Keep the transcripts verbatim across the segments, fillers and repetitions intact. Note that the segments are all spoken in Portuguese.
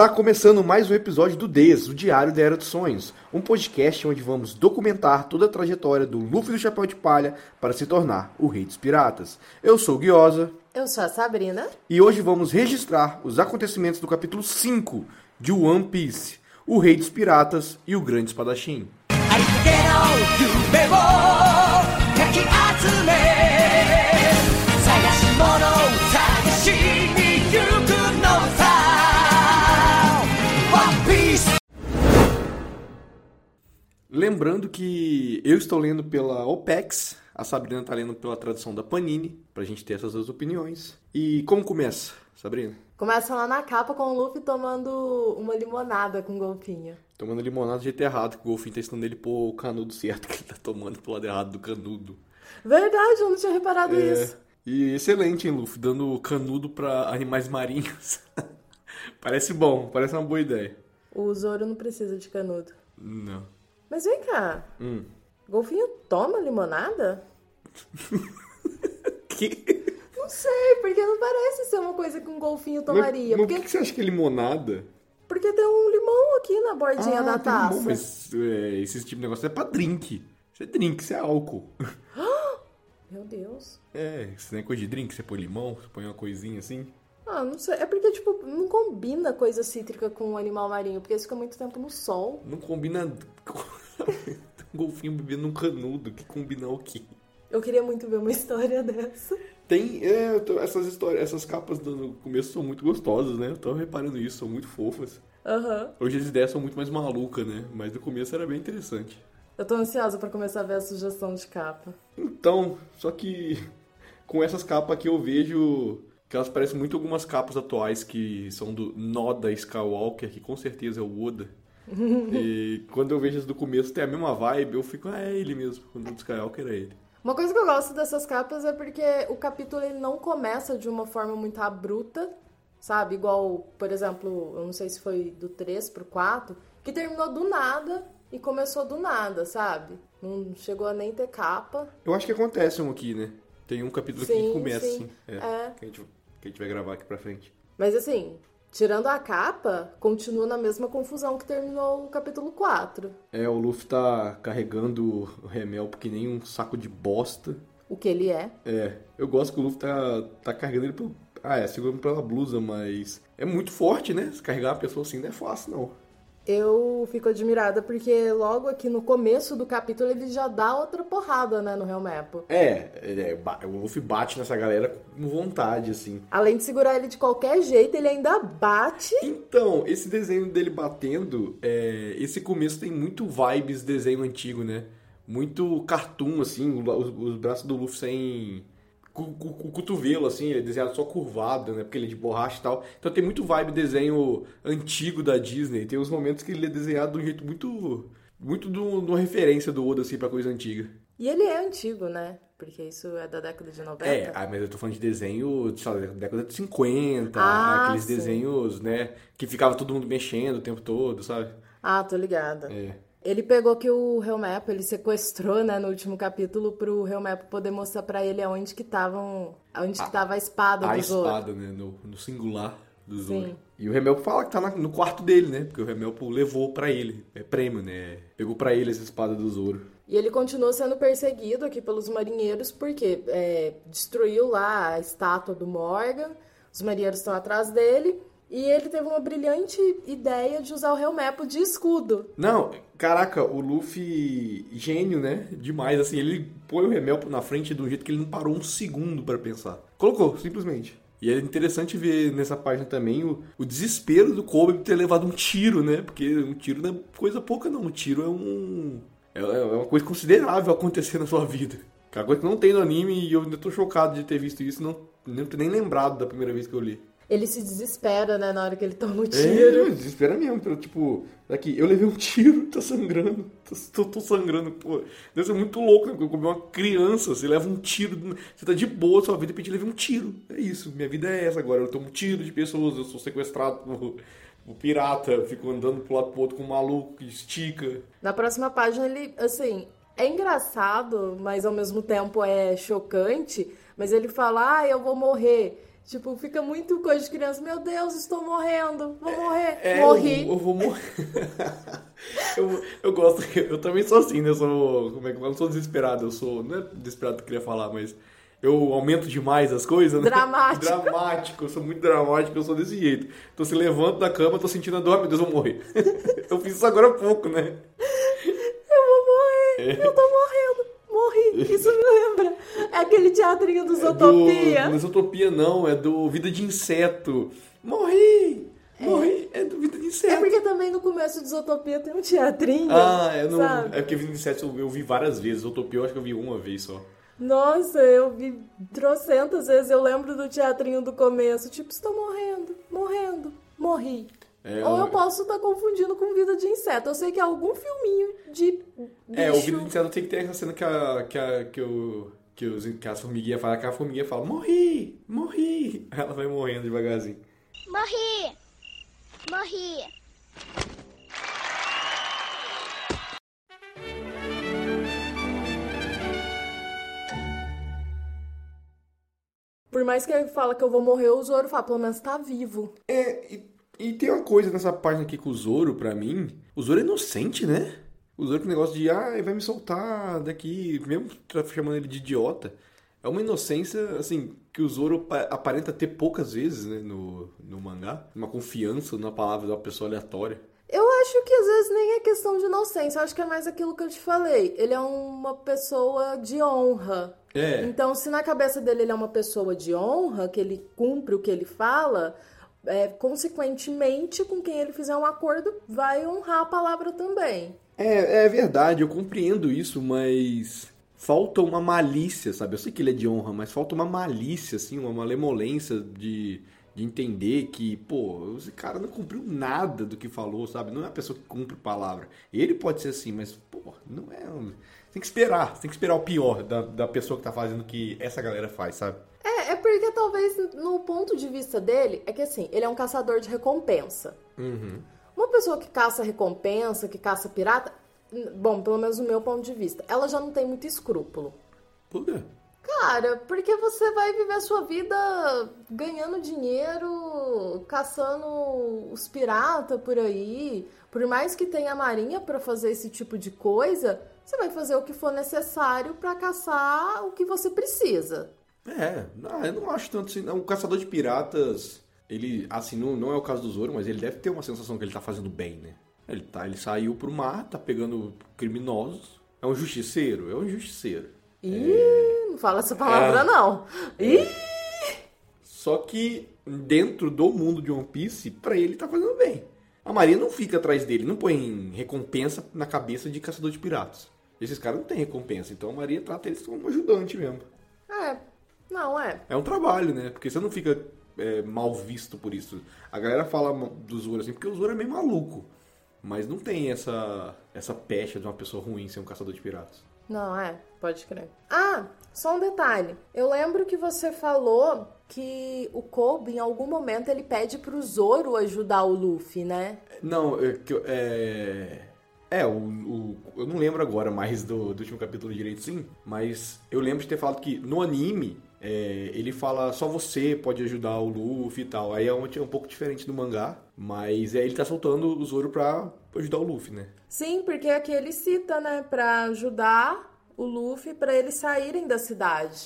Está começando mais um episódio do Dez, o Diário da Era dos Sonhos, um podcast onde vamos documentar toda a trajetória do Luffy do Chapéu de Palha para se tornar o Rei dos Piratas. Eu sou o Guiosa. Eu sou a Sabrina. E hoje vamos registrar os acontecimentos do capítulo cinco de One Piece, o Rei dos Piratas e o Grande Espadachim. Lembrando que eu estou lendo pela OPEX, a Sabrina está lendo pela tradução da Panini, pra gente ter essas duas opiniões. E como começa, Sabrina? Começa lá na capa com o Luffy tomando uma limonada com o golfinho. Tomando limonada do jeito errado, que o golfinho tá ensinando ele pôr o canudo certo, que ele tá tomando pro lado errado do canudo. Verdade, eu não tinha reparado é, isso. E excelente, hein, Luffy, dando canudo pra animais marinhos. Parece bom, parece uma boa ideia. O Zoro não precisa de canudo. Não. Mas vem cá, Hum. golfinho toma limonada? Que? Não sei, porque não parece ser uma coisa que um golfinho tomaria. Mas, mas porque... por que você acha que é limonada? Porque tem um limão aqui na bordinha ah, da tem taça. limão, mas é, esse tipo de negócio é pra drink. Isso é drink, isso é álcool. Meu Deus. É, isso não é coisa de drink, você põe limão, você põe uma coisinha assim. Ah, não sei. É porque, tipo, não combina coisa cítrica com um animal marinho, porque isso fica muito tempo no sol. Não combina com um golfinho bebendo um canudo, que combina o quê? Eu queria muito ver uma história dessa. Tem, é, tô, essas histórias, essas capas do, no começo são muito gostosas, né? Eu tava reparando isso, são muito fofas. Aham. Uhum. Hoje as ideias são muito mais malucas, né? Mas no começo era bem interessante. Eu tô ansiosa pra começar a ver a sugestão de capa. Então, só que com essas capas aqui eu vejo que elas parecem muito algumas capas atuais que são do Noda Skywalker, que com certeza é o Oda. E quando eu vejo as do começo tem a mesma vibe, eu fico, ah, é ele mesmo. Quando o Skywalker é ele. Uma coisa que eu gosto dessas capas é porque o capítulo ele não começa de uma forma muito abrupta, sabe? Igual, por exemplo, eu não sei se foi do três pro quatro, que terminou do nada e começou do nada, sabe? Não chegou a nem ter capa. Eu acho que acontece um aqui, né? Tem um capítulo sim, aqui que começa sim. assim. É, é. Que, a gente, que a gente vai gravar aqui pra frente. Mas assim, tirando a capa, continua na mesma confusão que terminou o capítulo quatro. É, o Luffy tá carregando o Remel que nem um saco de bosta. O que ele é. É, eu gosto que o Luffy tá, tá carregando ele pelo... Ah, é, segurando pela blusa, mas... É muito forte, né? Se carregar uma pessoa assim não é fácil, não. Eu fico admirada porque logo aqui no começo do capítulo ele já dá outra porrada, né, no Helmepo. É, é, o Luffy bate nessa galera com vontade, assim. Além de segurar ele de qualquer jeito, ele ainda bate. Então, esse desenho dele batendo, é, esse começo tem muito vibes desenho antigo, né? Muito cartoon, assim, os, os braços do Luffy sem... Com o cotovelo, assim, ele é desenhado só curvado, né? Porque ele é de borracha e tal. Então tem muito vibe desenho antigo da Disney. Tem uns momentos que ele é desenhado de um jeito muito... Muito de uma referência do Oda, assim, pra coisa antiga. E ele é antigo, né? Porque isso é da década de noventa. É, ah, mas eu tô falando de desenho, sei lá, da década de cinquenta. Ah, aqueles sim. desenhos, né? Que ficava todo mundo mexendo o tempo todo, sabe? Ah, tô ligada. É. Ele pegou que o Helmepo, ele sequestrou, né, no último capítulo, pro Helmepo poder mostrar pra ele aonde que tavam, aonde que tava a espada a do Zoro. A espada, né, no, no singular do Zoro. Sim. E o Helmepo fala que tá na, no quarto dele, né, porque o Helmepo levou pra ele, é prêmio, né, pegou pra ele essa espada do Zoro. E ele continuou sendo perseguido aqui pelos marinheiros, porque é, destruiu lá a estátua do Morgan, os marinheiros estão atrás dele... E ele teve uma brilhante ideia de usar o Helmepo de escudo. Não, caraca, o Luffy, gênio, né? Demais, assim, ele põe o Helmepo na frente de um jeito que ele não parou um segundo pra pensar. Colocou, simplesmente. E é interessante ver nessa página também o, o desespero do Kobe de ter levado um tiro, né? Porque um tiro não é coisa pouca, não. Um tiro é um... É, é uma coisa considerável acontecer na sua vida. É uma coisa que não tem no anime e eu ainda tô chocado de ter visto isso. Não, não tô nem lembrado da primeira vez que eu li. Ele se desespera, né, na hora que ele toma o tiro. É, desespera mesmo. Pelo, tipo, daqui, eu levei um tiro, tá sangrando. Tô, tô sangrando, pô. Deve ser muito louco, né? Porque eu uma criança, você leva um tiro, você tá de boa sua vida e de repente leva um tiro. É isso, minha vida é essa agora. Eu tomo tiro de pessoas, eu sou sequestrado por, por pirata, eu fico andando pro lado pro outro com um maluco que estica. Na próxima página ele, assim, é engraçado, mas ao mesmo tempo é chocante. Mas ele fala, ah, eu vou morrer. Tipo, fica muito coisa de criança. Meu Deus, estou morrendo. Vou morrer. É, Morri. Eu, eu vou morrer. eu, eu gosto. Eu também sou assim, né? Eu sou. Como é que eu não sou desesperado? Eu sou. Não é desesperado que eu queria falar, mas. Eu aumento demais as coisas, né? Dramático. Dramático. Eu sou muito dramático, eu sou desse jeito. Então, se levanto da cama, tô sentindo a dor, meu Deus, eu vou morrer. Eu fiz isso agora há pouco, né? Eu vou morrer. É. Eu tô morrendo. Morri. Isso me lembra. É aquele teatrinho do Zootopia. É do, do Zootopia não, é do Vida de Inseto. Morri! Morri! É, é do Vida de Inseto. É porque também no começo do Zootopia tem um teatrinho. Ah, eu não, sabe? É porque Vida de Inseto eu, eu vi várias vezes. Zootopia eu acho que eu vi uma vez só. Nossa, eu vi trocentas vezes. Eu lembro do teatrinho do começo. Tipo, estou morrendo, morrendo, morri. É, Ou eu posso estar confundindo com Vida de Inseto. Eu sei que é algum filminho de bicho. É, o Vida de Inseto tem que ter essa cena que a, que a, que o, que os, que as formiguinhas falam, que a formiguinha fala, morri, morri. Aí ela vai morrendo devagarzinho. Morri, morri. Por mais que ele fala que eu vou morrer, o Zoro fala, pelo menos tá vivo. É, e, e tem uma coisa nessa página aqui com o Zoro, pra mim. O Zoro é inocente, né? O Zoro com o negócio de, ah, vai me soltar daqui, mesmo chamando ele de idiota. É uma inocência, assim, que o Zoro aparenta ter poucas vezes, né, no, no mangá. Uma confiança na palavra de uma pessoa aleatória. Eu acho que às vezes nem é questão de inocência. Eu acho que é mais aquilo que eu te falei. Ele é uma pessoa de honra. É. Então, se na cabeça dele ele é uma pessoa de honra, que ele cumpre o que ele fala, é, consequentemente, com quem ele fizer um acordo, vai honrar a palavra também. É, é verdade, eu compreendo isso, mas falta uma malícia, sabe? Eu sei que ele é de honra, mas falta uma malícia, assim, uma malemolência de, de entender que, pô, esse cara não cumpriu nada do que falou, sabe? Não é uma pessoa que cumpre palavra. Ele pode ser assim, mas, pô, não é... Tem que esperar, tem que esperar o pior da, da pessoa que tá fazendo o que essa galera faz, sabe? É, é porque talvez no ponto de vista dele, é que assim, ele é um caçador de recompensa. Uhum. Uma pessoa que caça recompensa, que caça pirata, bom, pelo menos no meu ponto de vista, ela já não tem muito escrúpulo. Por quê? Cara, porque você vai viver a sua vida ganhando dinheiro, caçando os piratas por aí. Por mais que tenha a marinha pra fazer esse tipo de coisa, você vai fazer o que for necessário pra caçar o que você precisa. É, não, eu não acho tanto assim. Um caçador de piratas, ele, assim, não, não é o caso do Zoro, mas ele deve ter uma sensação que ele tá fazendo bem, né? Ele, tá, ele saiu pro mar, tá pegando criminosos. É um justiceiro? É um justiceiro. Ih, é... não fala essa palavra é... não. Ih! É... Só que dentro do mundo de One Piece, pra ele tá fazendo bem. A Marinha não fica atrás dele, não põe recompensa na cabeça de caçador de piratas. Esses caras não têm recompensa, então a Marinha trata eles como um ajudante mesmo. É, não é. É um trabalho, né? Porque você não fica é, mal visto por isso. A galera fala do Zoro assim, porque o Zoro é meio maluco. Mas não tem essa, essa pecha de uma pessoa ruim ser um caçador de piratas. Não, é, pode crer. Ah, só um detalhe. Eu lembro que você falou que o Kobe, em algum momento, ele pede pro Zoro ajudar o Luffy, né? Não, é... é... É, o, o, eu não lembro agora mais do, do último capítulo direito, sim. Mas eu lembro de ter falado que no anime, é, ele fala só você pode ajudar o Luffy e tal. Aí é um, é um pouco diferente do mangá, mas é, ele tá soltando o Zoro pra ajudar o Luffy, né? Sim, porque aqui ele cita, né, pra ajudar o Luffy pra eles saírem da cidade.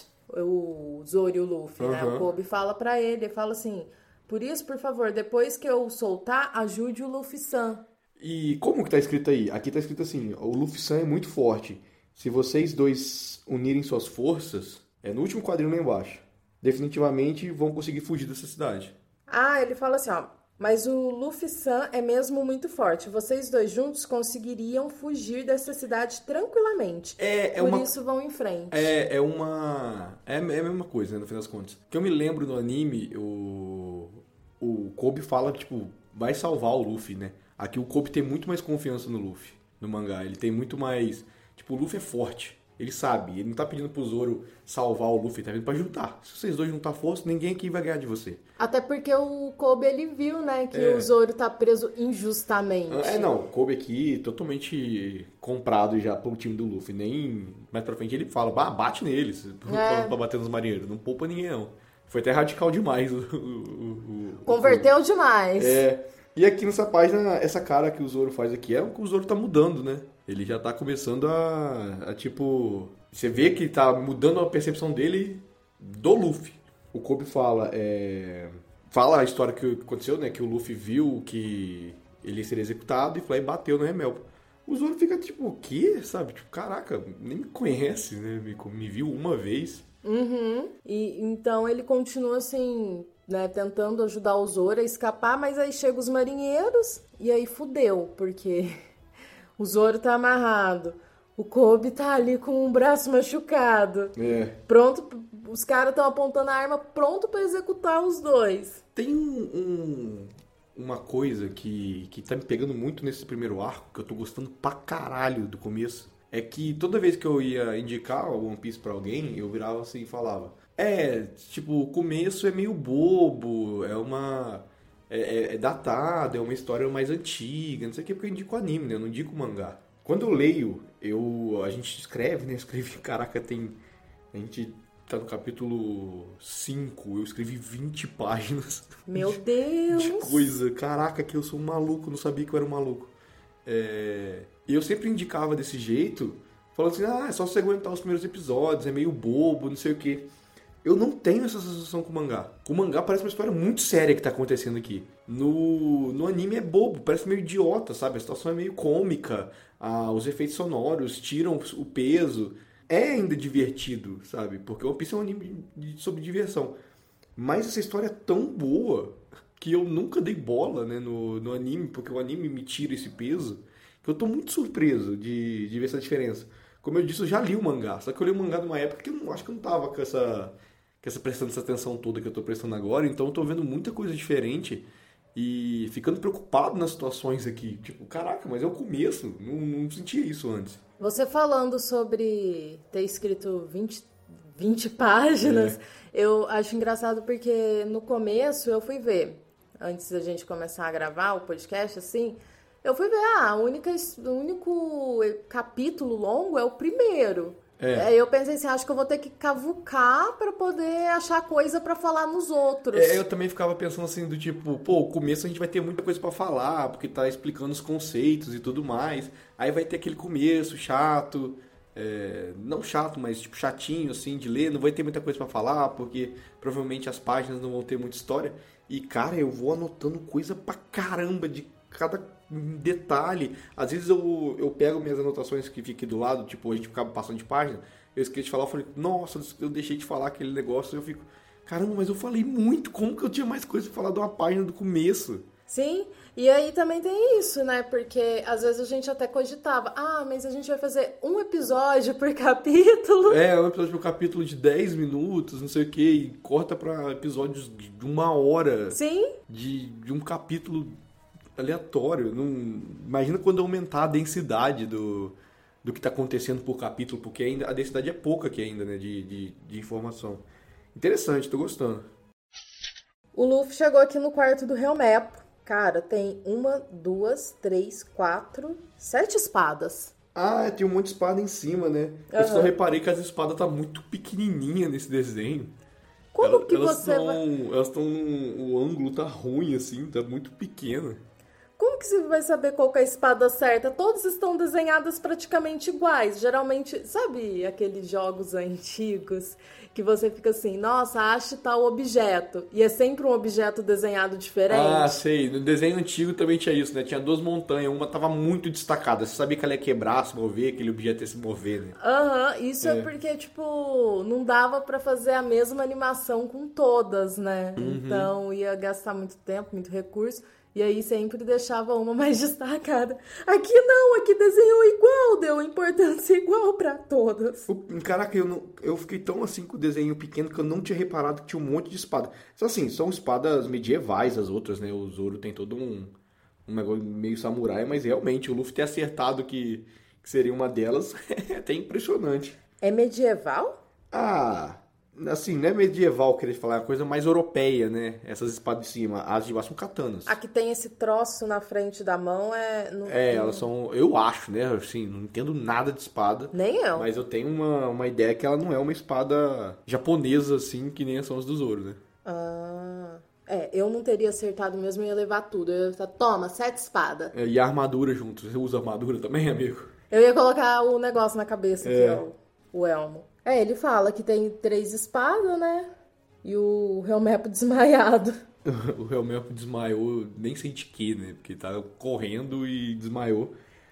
O Zoro e o Luffy, uhum. né? O Kobe fala pra ele, ele fala assim, por isso, por favor, depois que eu soltar, ajude o Luffy-san. E como que tá escrito aí? Aqui tá escrito assim, o Luffy-san é muito forte. Se vocês dois unirem suas forças, é no último quadrinho lá embaixo, definitivamente vão conseguir fugir dessa cidade. Ah, ele fala assim, ó, mas o Luffy-san é mesmo muito forte. Vocês dois juntos conseguiriam fugir dessa cidade tranquilamente. É, é Por uma... isso vão em frente. É, é uma... É, é a mesma coisa, né, no fim das contas. Que eu me lembro no anime, o... O Kobe fala, tipo, vai salvar o Luffy, né? Aqui o Kobe tem muito mais confiança no Luffy, no mangá. Ele tem muito mais... Tipo, o Luffy é forte. Ele sabe. Ele não tá pedindo pro Zoro salvar o Luffy. Ele tá vindo pra juntar. Se vocês dois juntar força, ninguém aqui vai ganhar de você. Até porque o Kobe, ele viu, né? Que é. o Zoro tá preso injustamente. É, não. O Kobe aqui totalmente comprado já pelo time do Luffy. Nem mais pra frente ele fala, bah, bate neles. É. Pra bater nos marinheiros. Não poupa ninguém, não. Foi até radical demais. O, o, o, Converteu o... demais. É. E aqui nessa página, essa cara que o Zoro faz aqui é o que o Zoro tá mudando, né? Ele já tá começando a, a tipo... Você vê que tá mudando a percepção dele do Luffy. O Kobe fala, é... Fala a história que aconteceu, né? Que o Luffy viu que ele ia ser executado e foi lá e bateu no Remel. O Zoro fica tipo, o quê? Sabe? Tipo, caraca, nem me conhece, né? Me, me viu uma vez. Uhum. E então ele continua assim, né? Tentando ajudar o Zoro a escapar, mas aí chegam os marinheiros e aí fudeu, porque o Zoro tá amarrado. O Kobe tá ali com o braço machucado. É. Pronto, os caras estão apontando a arma pronto pra executar os dois. Tem um, um, uma coisa que, que tá me pegando muito nesse primeiro arco, que eu tô gostando pra caralho do começo. É que toda vez que eu ia indicar o One Piece pra alguém, eu virava assim e falava... É, tipo, o começo é meio bobo, é uma... É, é, é datado, é uma história mais antiga, não sei o que, porque eu indico anime, né? Eu não indico mangá. Quando eu leio, eu, a gente escreve, né? Escreve, caraca, tem... A gente tá no capítulo cinco, eu escrevi vinte páginas. Meu de, Deus! De coisa. Caraca, que eu sou um maluco, não sabia que eu era um maluco. É, e eu sempre indicava desse jeito, falando assim, ah, é só você aguentar os primeiros episódios, é meio bobo, não sei o quê. Eu não tenho essa sensação com o mangá. Com o mangá parece uma história muito séria que tá acontecendo aqui. No, no anime é bobo, parece meio idiota, sabe? A situação é meio cômica, ah, os efeitos sonoros tiram o peso. É ainda divertido, sabe? Porque o One Piece é um anime sobre diversão. Mas essa história é tão boa que eu nunca dei bola, né, no, no anime, porque o anime me tira esse peso, que eu tô muito surpreso de, de ver essa diferença. Como eu disse, eu já li o mangá, só que eu li o mangá numa época que eu não, acho que eu não tava com essa... que essa prestando essa atenção toda que eu tô prestando agora, então eu tô vendo muita coisa diferente e ficando preocupado nas situações aqui. Tipo, caraca, mas é o começo, não, não sentia isso antes. Você falando sobre ter escrito vinte, vinte páginas, é. Eu acho engraçado porque no começo eu fui ver, antes da gente começar a gravar o podcast, assim, eu fui ver, ah, a única, o único capítulo longo é o primeiro. É. Aí eu pensei assim, acho que eu vou ter que cavucar pra poder achar coisa pra falar nos outros. É, eu também ficava pensando assim, do tipo, pô, o começo a gente vai ter muita coisa pra falar, porque tá explicando os conceitos e tudo mais. Aí vai ter aquele começo chato, é, não chato, mas tipo chatinho assim de ler, não vai ter muita coisa pra falar, porque provavelmente as páginas não vão ter muita história. E cara, eu vou anotando coisa pra caramba de cada detalhe. Às vezes eu, eu pego minhas anotações que ficam aqui do lado, tipo, a gente ficava passando de página, eu esqueci de falar, eu falei, nossa, eu deixei de falar aquele negócio, eu fico, caramba, mas eu falei muito, como que eu tinha mais coisa pra falar de uma página do começo? Sim, e aí também tem isso, né, porque às vezes a gente até cogitava, ah, mas a gente vai fazer um episódio por capítulo. É, um episódio por capítulo de dez minutos, não sei o que, e corta pra episódios de uma hora. Sim. De, de um capítulo aleatório. Não... Imagina quando aumentar a densidade do, do que está acontecendo por capítulo, porque ainda a densidade é pouca aqui ainda, né, de, de, de informação. Interessante, tô gostando. O Luffy chegou aqui no quarto do Helmepo. Cara, tem uma, duas, três, quatro, sete espadas. Ah, tem um monte de espada em cima, né? Uhum. Eu só reparei que as espadas tá muito pequenininha nesse desenho. Como Ela, que elas você tão, vai... Elas estão... O ângulo tá ruim, assim, tá muito pequeno. Como que você vai saber qual que é a espada certa? Todas estão desenhadas praticamente iguais. Geralmente, sabe aqueles jogos antigos que você fica assim, nossa, ache tal objeto. E é sempre um objeto desenhado diferente. Ah, sei. No desenho antigo também tinha isso, né? Tinha duas montanhas, uma tava muito destacada. Você sabia que ela ia quebrar, se mover, aquele objeto ia se mover, né? Aham, uhum, isso é. é porque, tipo, não dava pra fazer a mesma animação com todas, né? Uhum. Então ia gastar muito tempo, muito recurso. E aí sempre deixava uma mais destacada. Aqui não, aqui desenhou igual, deu importância igual pra todas. Caraca, eu, não, eu fiquei tão assim com o desenho pequeno que eu não tinha reparado que tinha um monte de espada. Assim, são espadas medievais as outras, né? O Zoro tem todo um, um negócio meio samurai, mas realmente o Luffy ter acertado que, que seria uma delas é até impressionante. É medieval? Ah, Assim, não é medieval querer falar, é uma coisa mais europeia, né? Essas espadas de cima. As de baixo são katanas. A que tem esse troço na frente da mão é... Não, É, não... elas são... Eu acho, né? Assim, não entendo nada de espada. Nem eu. Mas eu tenho uma, uma ideia que ela não é uma espada japonesa, assim, que nem são as do Zoro, né? Ah... É, eu não teria acertado mesmo, eu ia levar tudo. Eu ia falar, toma, sete espadas. É, e a armadura junto. Você usa armadura também, amigo? Eu ia colocar o negócio na cabeça aqui, É. ó, o elmo. É, ele fala que tem três espadas, né? E o Helmepo desmaiado. O Helmepo desmaiou, nem sei de que, né? Porque tá correndo e desmaiou.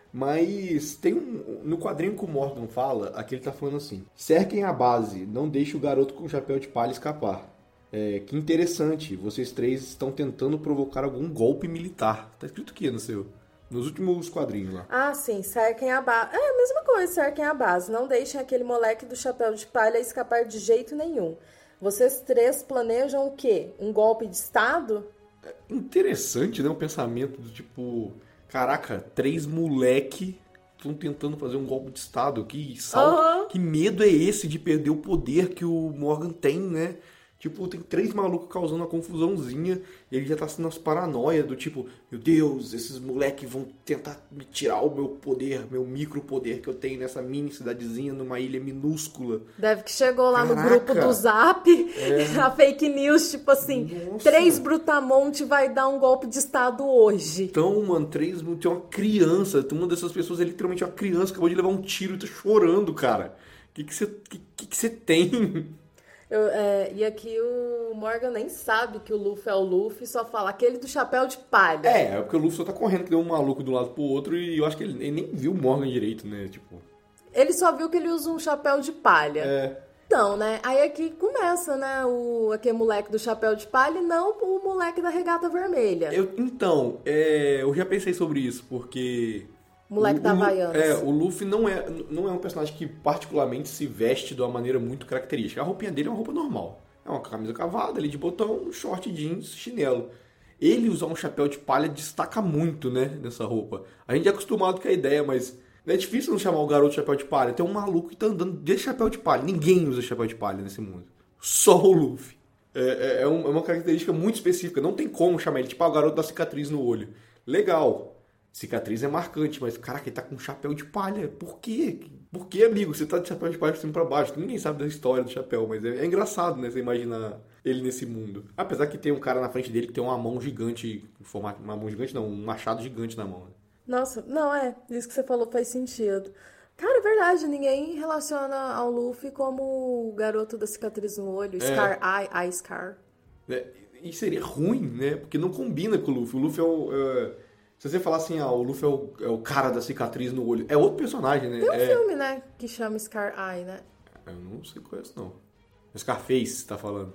Mas tem um... No quadrinho que o Morgan fala, aqui ele tá falando assim: cerquem a base, não deixe o garoto com o chapéu de palha escapar. É, que interessante, vocês três estão tentando provocar algum golpe militar. Tá escrito aqui no seu... Nos últimos quadrinhos lá. Ah, sim, cerquem a base. É a mesma coisa, cerquem a base. Não deixem aquele moleque do chapéu de palha escapar de jeito nenhum. Vocês três planejam o quê? Um golpe de Estado? Interessante, né? O pensamento do tipo... Caraca, três moleque estão tentando fazer um golpe de Estado. Que salto, Uhum. que medo é esse de perder o poder que o Morgan tem, né? Tipo, tem três malucos causando uma confusãozinha. E ele já tá sendo nas paranoias do tipo... Meu Deus, esses moleques vão tentar me tirar o meu poder, meu micro poder que eu tenho nessa mini cidadezinha, numa ilha minúscula. Deve que chegou lá no Caraca. grupo do Zap, a fake news, tipo assim, Nossa. três Brutamonte vai dar um golpe de Estado hoje. Então, mano, três... Tem uma criança. Uma dessas pessoas é literalmente uma criança. Acabou de levar um tiro e tá chorando, cara. O que que você que, que que você tem? Eu, é, e aqui o Morgan nem sabe que o Luffy é o Luffy, só fala aquele do chapéu de palha. É, é porque o Luffy só tá correndo que deu um maluco de um lado pro outro e eu acho que ele, ele nem viu o Morgan direito, né? Tipo... Ele só viu que ele usa um chapéu de palha. É... Então, né? Aí aqui começa, né? O, aquele moleque do chapéu de palha e não o moleque da regata vermelha. Eu, então, é, eu já pensei sobre isso, porque... Moleque o, da o Lu- Havaianas. É, o Luffy não é, não é um personagem que particularmente se veste de uma maneira muito característica. A roupinha dele é uma roupa normal. É uma camisa cavada ali de botão, short jeans, chinelo. Ele usar um chapéu de palha destaca muito, né, nessa roupa. A gente é acostumado com a ideia, mas é difícil não chamar o garoto de chapéu de palha. Tem um maluco que tá andando de chapéu de palha. Ninguém usa chapéu de palha nesse mundo. Só o Luffy. É, é, é um- é uma característica muito específica. Não tem como chamar ele, tipo, ah, o garoto da cicatriz no olho. Legal. Cicatriz é marcante, mas, caraca, ele tá com um chapéu de palha. Por quê? Por quê, amigo? Você tá de chapéu de palha de cima pra baixo. Ninguém sabe da história do chapéu, mas é, é engraçado, né? Você imaginar ele nesse mundo. Apesar que tem um cara na frente dele que tem uma mão gigante, em formato, uma mão gigante não, um machado gigante na mão. Né? Nossa, não, é. Isso que você falou faz sentido. Cara, é verdade, ninguém relaciona ao Luffy como o garoto da cicatriz no olho, Scar Eye, Eye Scar. É, e seria ruim, né? Porque não combina com o Luffy. O Luffy é o... é, se você falar assim, ah, o Luffy é o, é o cara da cicatriz no olho. É outro personagem, né? Tem um é... filme, né, que chama Scar Eye, né? Eu não sei qual é esse, não. Scarface, você tá falando.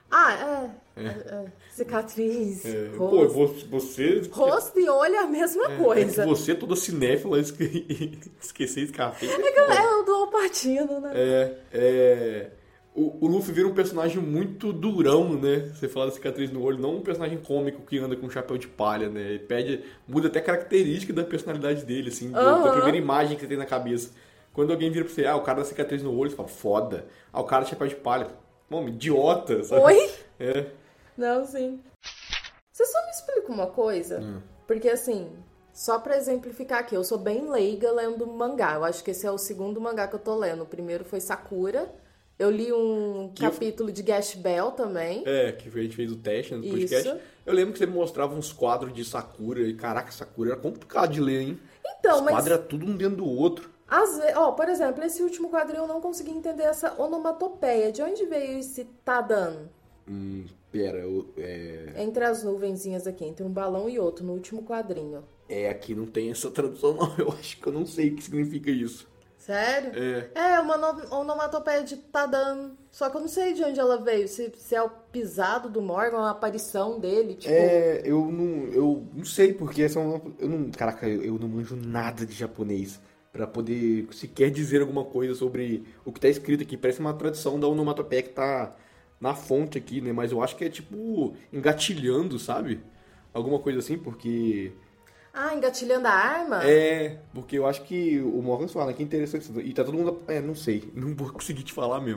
Ah, é. é, é. Cicatriz, É, pô, rosto. você... Rosto e olho é a mesma É coisa. que você, toda cinéfila, esque... esquecer Scarface. É que é o do Alpatino, né? É, é... O, o Luffy vira um personagem muito durão, né? Você fala da cicatriz no olho, não um personagem cômico que anda com um chapéu de palha, né? Ele pede, muda até a característica da personalidade dele, assim, do- Aham. da primeira imagem que você tem na cabeça. Quando alguém vira pra você, ah, o cara da cicatriz no olho, você fala, foda. Ah, o cara do chapéu de palha, mano, idiota, sabe? Oi? É. Não, sim. Você só me explica uma coisa? Hum. Porque, assim, só pra exemplificar aqui, eu sou bem leiga lendo mangá. Eu acho que esse é o segundo mangá que eu tô lendo. O primeiro foi Sakura. Eu li um Que eu- capítulo de Gash Bell também. É, que a gente fez o teste no podcast. Isso. Eu lembro que você mostrava uns quadros de Sakura e, caraca, Sakura era complicado de ler, hein? Então, Os mas... quadros eram tudo um dentro do outro. Às vezes, ó, por exemplo, esse último quadrinho eu não consegui entender essa onomatopeia. De onde veio esse tadan? Hum, pera, eu, é... Entre as nuvenzinhas aqui, entre um balão e outro, no último quadrinho. É, aqui não tem essa tradução, não. Eu acho que eu não sei o que significa isso. Sério? É. É, uma no- onomatopeia de tadan. Só que eu não sei de onde ela veio. Se, se é o pisado do Morgan, a aparição dele, tipo... É, eu não, eu não sei, porque essa é uma... Eu não, caraca, eu, eu não manjo nada de japonês pra poder sequer dizer alguma coisa sobre o que tá escrito aqui. Parece uma tradução da onomatopeia que tá na fonte aqui, né? Mas eu acho que é tipo engatilhando, sabe? Alguma coisa assim, porque... Ah, engatilhando a arma? É, porque eu acho que o Morgan fala que é interessante. E tá todo mundo... É, não sei. Não vou conseguir te falar mesmo.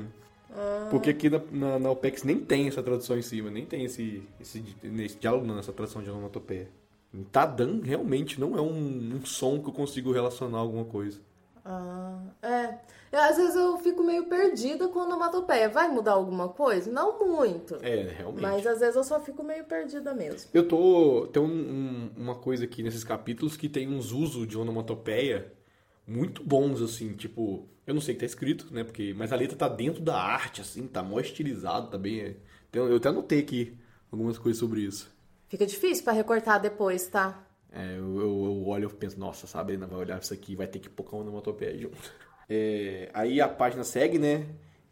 Ah. Porque aqui na, na, na OPEX nem tem essa tradução em cima, nem tem esse, esse, esse diálogo, não, essa tradução de onomatopeia. Tadam realmente não é um, um som que eu consigo relacionar a alguma coisa. Ah, é. Eu, às vezes eu fico meio perdida com onomatopeia. Vai mudar alguma coisa? Não muito. É, realmente. Mas às vezes eu só fico meio perdida mesmo. Eu tô... Tem um, um, uma coisa aqui nesses capítulos que tem uns usos de onomatopeia muito bons, assim, tipo... Eu não sei o que tá escrito, né? Porque, mas a letra tá dentro da arte, assim, tá mó estilizado, tá bem... Então, eu até anotei aqui algumas coisas sobre isso. Fica difícil pra recortar depois, tá? É, eu, eu, eu olho e penso, nossa, a Sabrina vai olhar isso aqui e vai ter que pôr a onomatopeia junto. É, aí a página segue, né?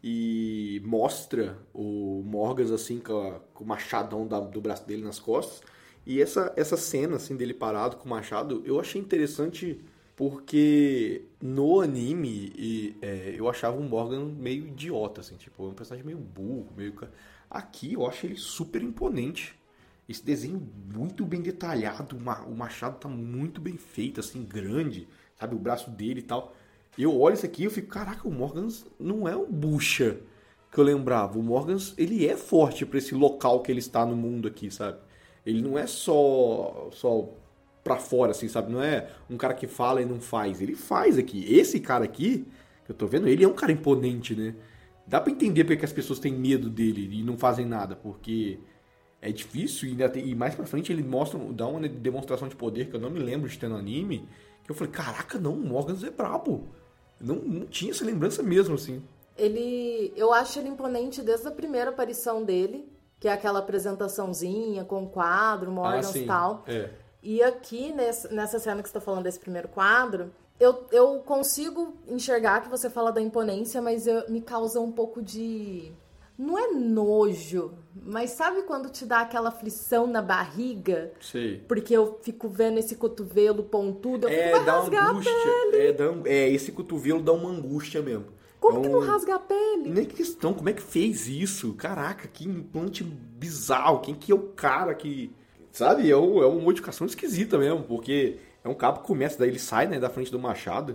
E mostra o Morgan, assim, com, a, com o machadão da, do braço dele nas costas. E essa, essa cena, assim, dele parado com o machado, eu achei interessante porque no anime e, é, eu achava o Morgan meio idiota, assim, tipo, um personagem meio burro, meio... Aqui eu acho ele super imponente. Esse desenho muito bem detalhado, o machado tá muito bem feito, assim, grande, sabe? O braço dele e tal. Eu olho isso aqui e eu fico, caraca, o Morgans não é um bucha que eu lembrava. O Morgans, ele é forte pra esse local que ele está no mundo aqui, sabe? Ele não é só, só pra fora, assim, sabe? Não é um cara que fala e não faz. Ele faz aqui. Esse cara aqui, que eu tô vendo, ele é um cara imponente, né? Dá pra entender porque as pessoas têm medo dele e não fazem nada, porque... É difícil, e mais pra frente ele mostra, dá uma demonstração de poder que eu não me lembro de ter no anime, que eu falei, caraca, não, o Morgans é brabo. Não, não tinha essa lembrança mesmo, assim. Ele, eu acho ele imponente desde a primeira aparição dele, que é aquela apresentaçãozinha com o quadro, Morgans e ah, tal. É. E aqui, nessa, nessa cena que você tá falando desse primeiro quadro, eu, eu consigo enxergar que você fala da imponência, mas eu, me causa um pouco de... Não é nojo, mas sabe quando te dá aquela aflição na barriga? Sei. Porque eu fico vendo esse cotovelo pontudo, eu É, fico, vai dá uma rasgar angústia. a pele. É, dá, é, esse cotovelo dá uma angústia mesmo. Como é que um... não rasga a pele? Nem questão, como é que fez isso? Caraca, que implante bizarro. Quem que é o cara que... Sabe, é, um, é uma modificação esquisita mesmo, porque é um cabo que começa, daí ele sai, né, da frente do machado.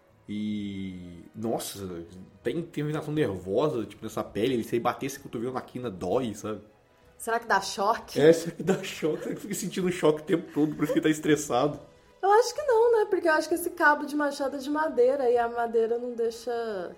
E... Nossa, tem terminação nervosa, tipo, nessa pele. Ele, se ele bater esse cotovelo na quina, dói, sabe? Será que dá choque? É, será que dá choque? Será que fica sentindo choque o tempo todo, por isso que ele tá estressado? Eu acho que não, né? Porque eu acho que esse cabo de machado é de madeira e a madeira não deixa...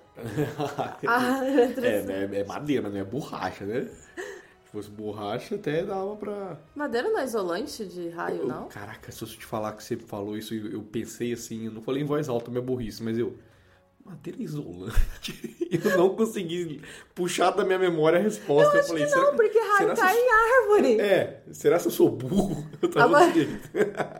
ah, é, é, é madeira, não é borracha, né? Se fosse borracha, até dava pra... Madeira não é isolante de raio, eu, não? Caraca, se eu te falar que você falou isso, eu, eu pensei assim, eu não falei em voz alta, minha burrice, mas eu... Madeira isolante? Eu não consegui puxar da minha memória a resposta. Eu, eu acho falei, que não, será, porque raio será cai se... em árvore. É, será se eu sou burro? Eu tava Agora... desse jeito.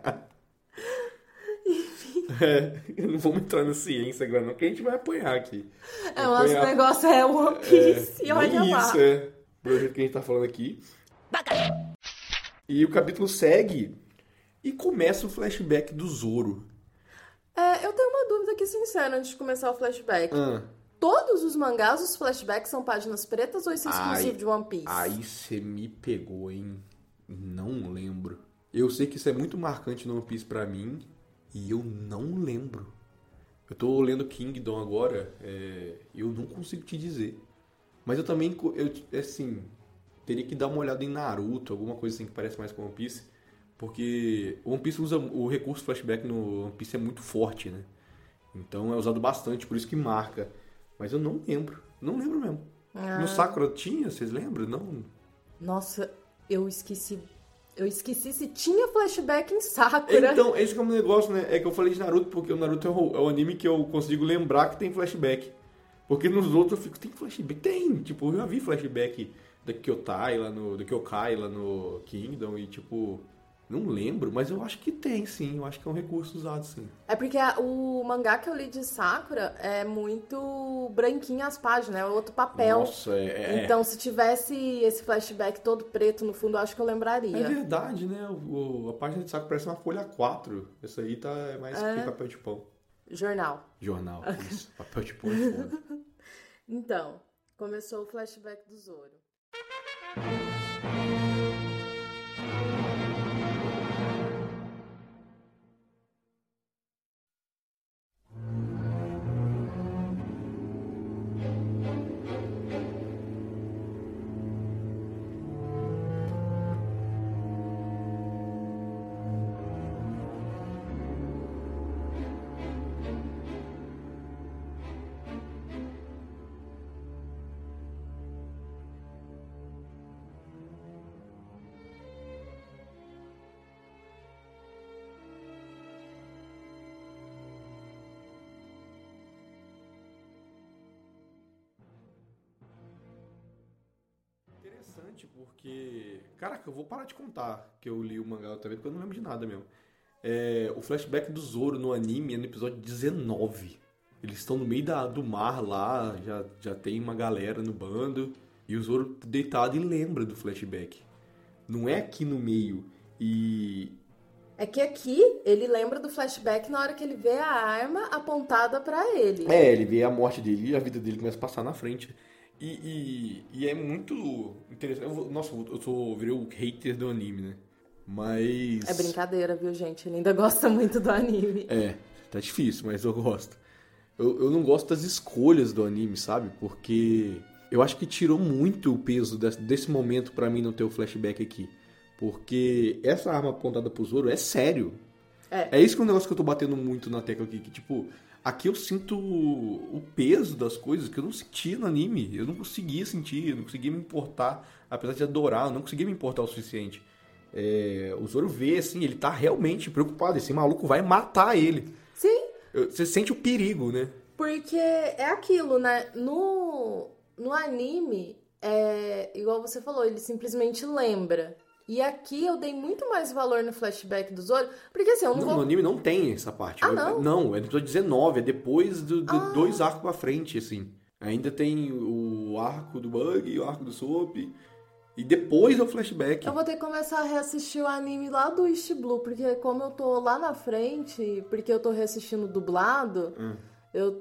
É, não vamos entrar na ciência agora não, que a gente vai apanhar aqui. É, o nosso negócio é One Piece é, e olha lá. Isso, é. Do jeito que a gente tá falando aqui. E o capítulo segue e começa o flashback do Zoro. É, eu tenho uma dúvida aqui sincera antes de começar o flashback. Ah. Todos os mangás, os flashbacks são páginas pretas ou isso é exclusivo Ai, de One Piece? Aí você me pegou, hein? Não lembro. Eu sei que isso é muito marcante no One Piece pra mim e eu não lembro. Eu tô lendo Kingdom agora é, e eu não consigo te dizer. Mas eu também, eu, assim, teria que dar uma olhada em Naruto, alguma coisa assim que parece mais com One Piece. Porque o One Piece usa o recurso flashback no One Piece é muito forte, né? Então é usado bastante, por isso que marca. Mas eu não lembro, não lembro mesmo. Ah. No Sakura tinha, vocês lembram? Não. Nossa, eu esqueci. Eu esqueci se tinha flashback em Sakura. Então, esse que é um negócio, né? É que eu falei de Naruto, porque o Naruto é o, é o anime que eu consigo lembrar que tem flashback. Porque nos outros eu fico, tem flashback? Tem! Tipo, eu já vi flashback da Kyotai lá no. Do Kyokai lá no Kingdom e tipo. Não lembro, mas eu acho que tem, sim. Eu acho que é um recurso usado, sim. É porque a, o mangá que eu li de Sakura é muito branquinho as páginas, é outro papel. Nossa, é... é. Então, se tivesse esse flashback todo preto no fundo, eu acho que eu lembraria. É verdade, né? O, a página de Sakura parece uma folha A quatro. Essa aí tá mais é. que papel de pão. Jornal. Jornal, isso. Papel de pão é foda. Então, começou o flashback do Zoro. interessante, porque... Caraca, eu vou parar de contar que eu li o mangá outra vez, porque eu não lembro de nada mesmo. É, o flashback do Zoro no anime é no episódio dezenove. Eles estão no meio da, do mar lá, já, já tem uma galera no bando, e o Zoro deitado e lembra do flashback. Não é aqui no meio. E... É que aqui ele lembra do flashback na hora que ele vê a arma apontada pra ele. É, ele vê a morte dele e a vida dele começa a passar na frente. E, e, e é muito interessante. Eu vou, nossa, eu sou, virei o hater do anime, né? Mas... É brincadeira, viu, gente? Ele ainda gosta muito do anime. É, tá difícil, mas eu gosto. Eu, eu não gosto das escolhas do anime, sabe? Porque eu acho que tirou muito o peso desse, desse momento pra mim não ter o flashback aqui. Porque essa arma apontada pro Zoro é sério. É. É isso que é um negócio que eu tô batendo muito na tecla aqui. Que, tipo, aqui eu sinto o peso das coisas que eu não sentia no anime. Eu não conseguia sentir, eu não conseguia me importar. Apesar de adorar, eu não conseguia me importar o suficiente. É, o Zoro vê, assim, ele tá realmente preocupado. Esse maluco vai matar ele. Sim. Você sente o perigo, né? Porque é aquilo, né? No, no anime, é, igual você falou, ele simplesmente lembra. E aqui eu dei muito mais valor no flashback do Zoro, porque assim, eu não, não vou... No anime não tem essa parte. Ah, não? Não, é no episódio dezenove, é depois do, do Ah. dois arcos pra frente, assim. Ainda tem o arco do Bug e o arco do Soap. E depois é o flashback. Eu vou ter que começar a reassistir o anime lá do East Blue, porque como eu tô lá na frente, porque eu tô reassistindo dublado, Hum. eu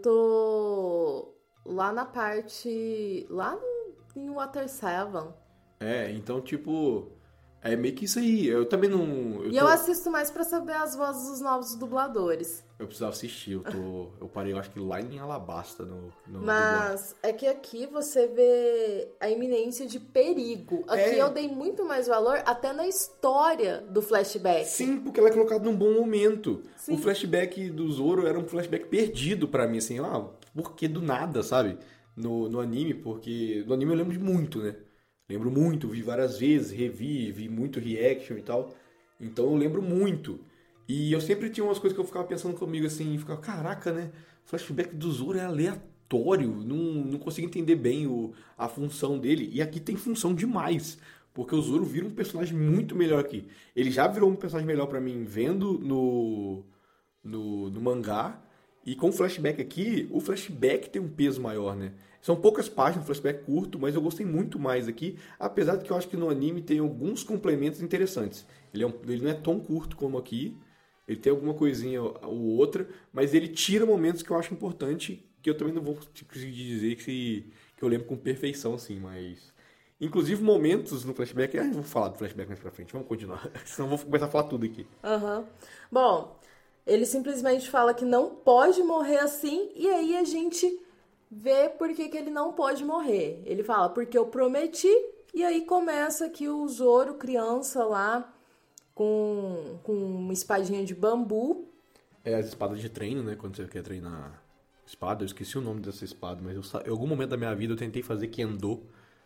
tô lá na parte... lá no, em Water Seven. É, então, tipo... É meio que isso aí. Eu também não... Eu E tô... eu assisto mais pra saber as vozes dos novos dubladores. Eu precisava assistir. Eu, tô... eu parei, eu acho que lá em Alabasta. No, no Mas é que aqui você vê a iminência de perigo. Aqui É. eu dei muito mais valor até na história do flashback. Sim, porque ela é colocada num bom momento. Sim. O flashback do Zoro era um flashback perdido pra mim, assim, ah, por que do nada, sabe? No, no anime, porque no anime eu lembro de muito, né? Lembro muito, vi várias vezes, revi, vi muito reaction e tal. Então eu lembro muito. E eu sempre tinha umas coisas que eu ficava pensando comigo, assim, e ficava, caraca, né? O flashback do Zoro é aleatório, não, não consigo entender bem o, a função dele. E aqui tem função demais. Porque o Zoro vira um personagem muito melhor aqui. Ele já virou um personagem melhor pra mim vendo no, no, no mangá. E com o flashback aqui, o flashback tem um peso maior, né? São poucas páginas, flashback curto, mas eu gostei muito mais aqui. Apesar de que eu acho que no anime tem alguns complementos interessantes. Ele, é um, ele não é tão curto como aqui. Ele tem alguma coisinha ou outra. Mas ele tira momentos que eu acho importante. Que eu também não vou conseguir dizer que, que eu lembro com perfeição, assim, mas... Inclusive momentos no flashback... Ah, eu vou falar do flashback mais pra frente, vamos continuar. Senão eu vou começar a falar tudo aqui. Aham. Bom, ele simplesmente fala que não pode morrer assim, e aí a gente vê por que, que ele não pode morrer. Ele fala, porque eu prometi, e aí começa que o Zoro, criança lá, com, com uma espadinha de bambu. É as espadas de treino, né? Quando você quer treinar espada, eu esqueci o nome dessa espada, mas eu, sa- em algum momento da minha vida eu tentei fazer Kendo,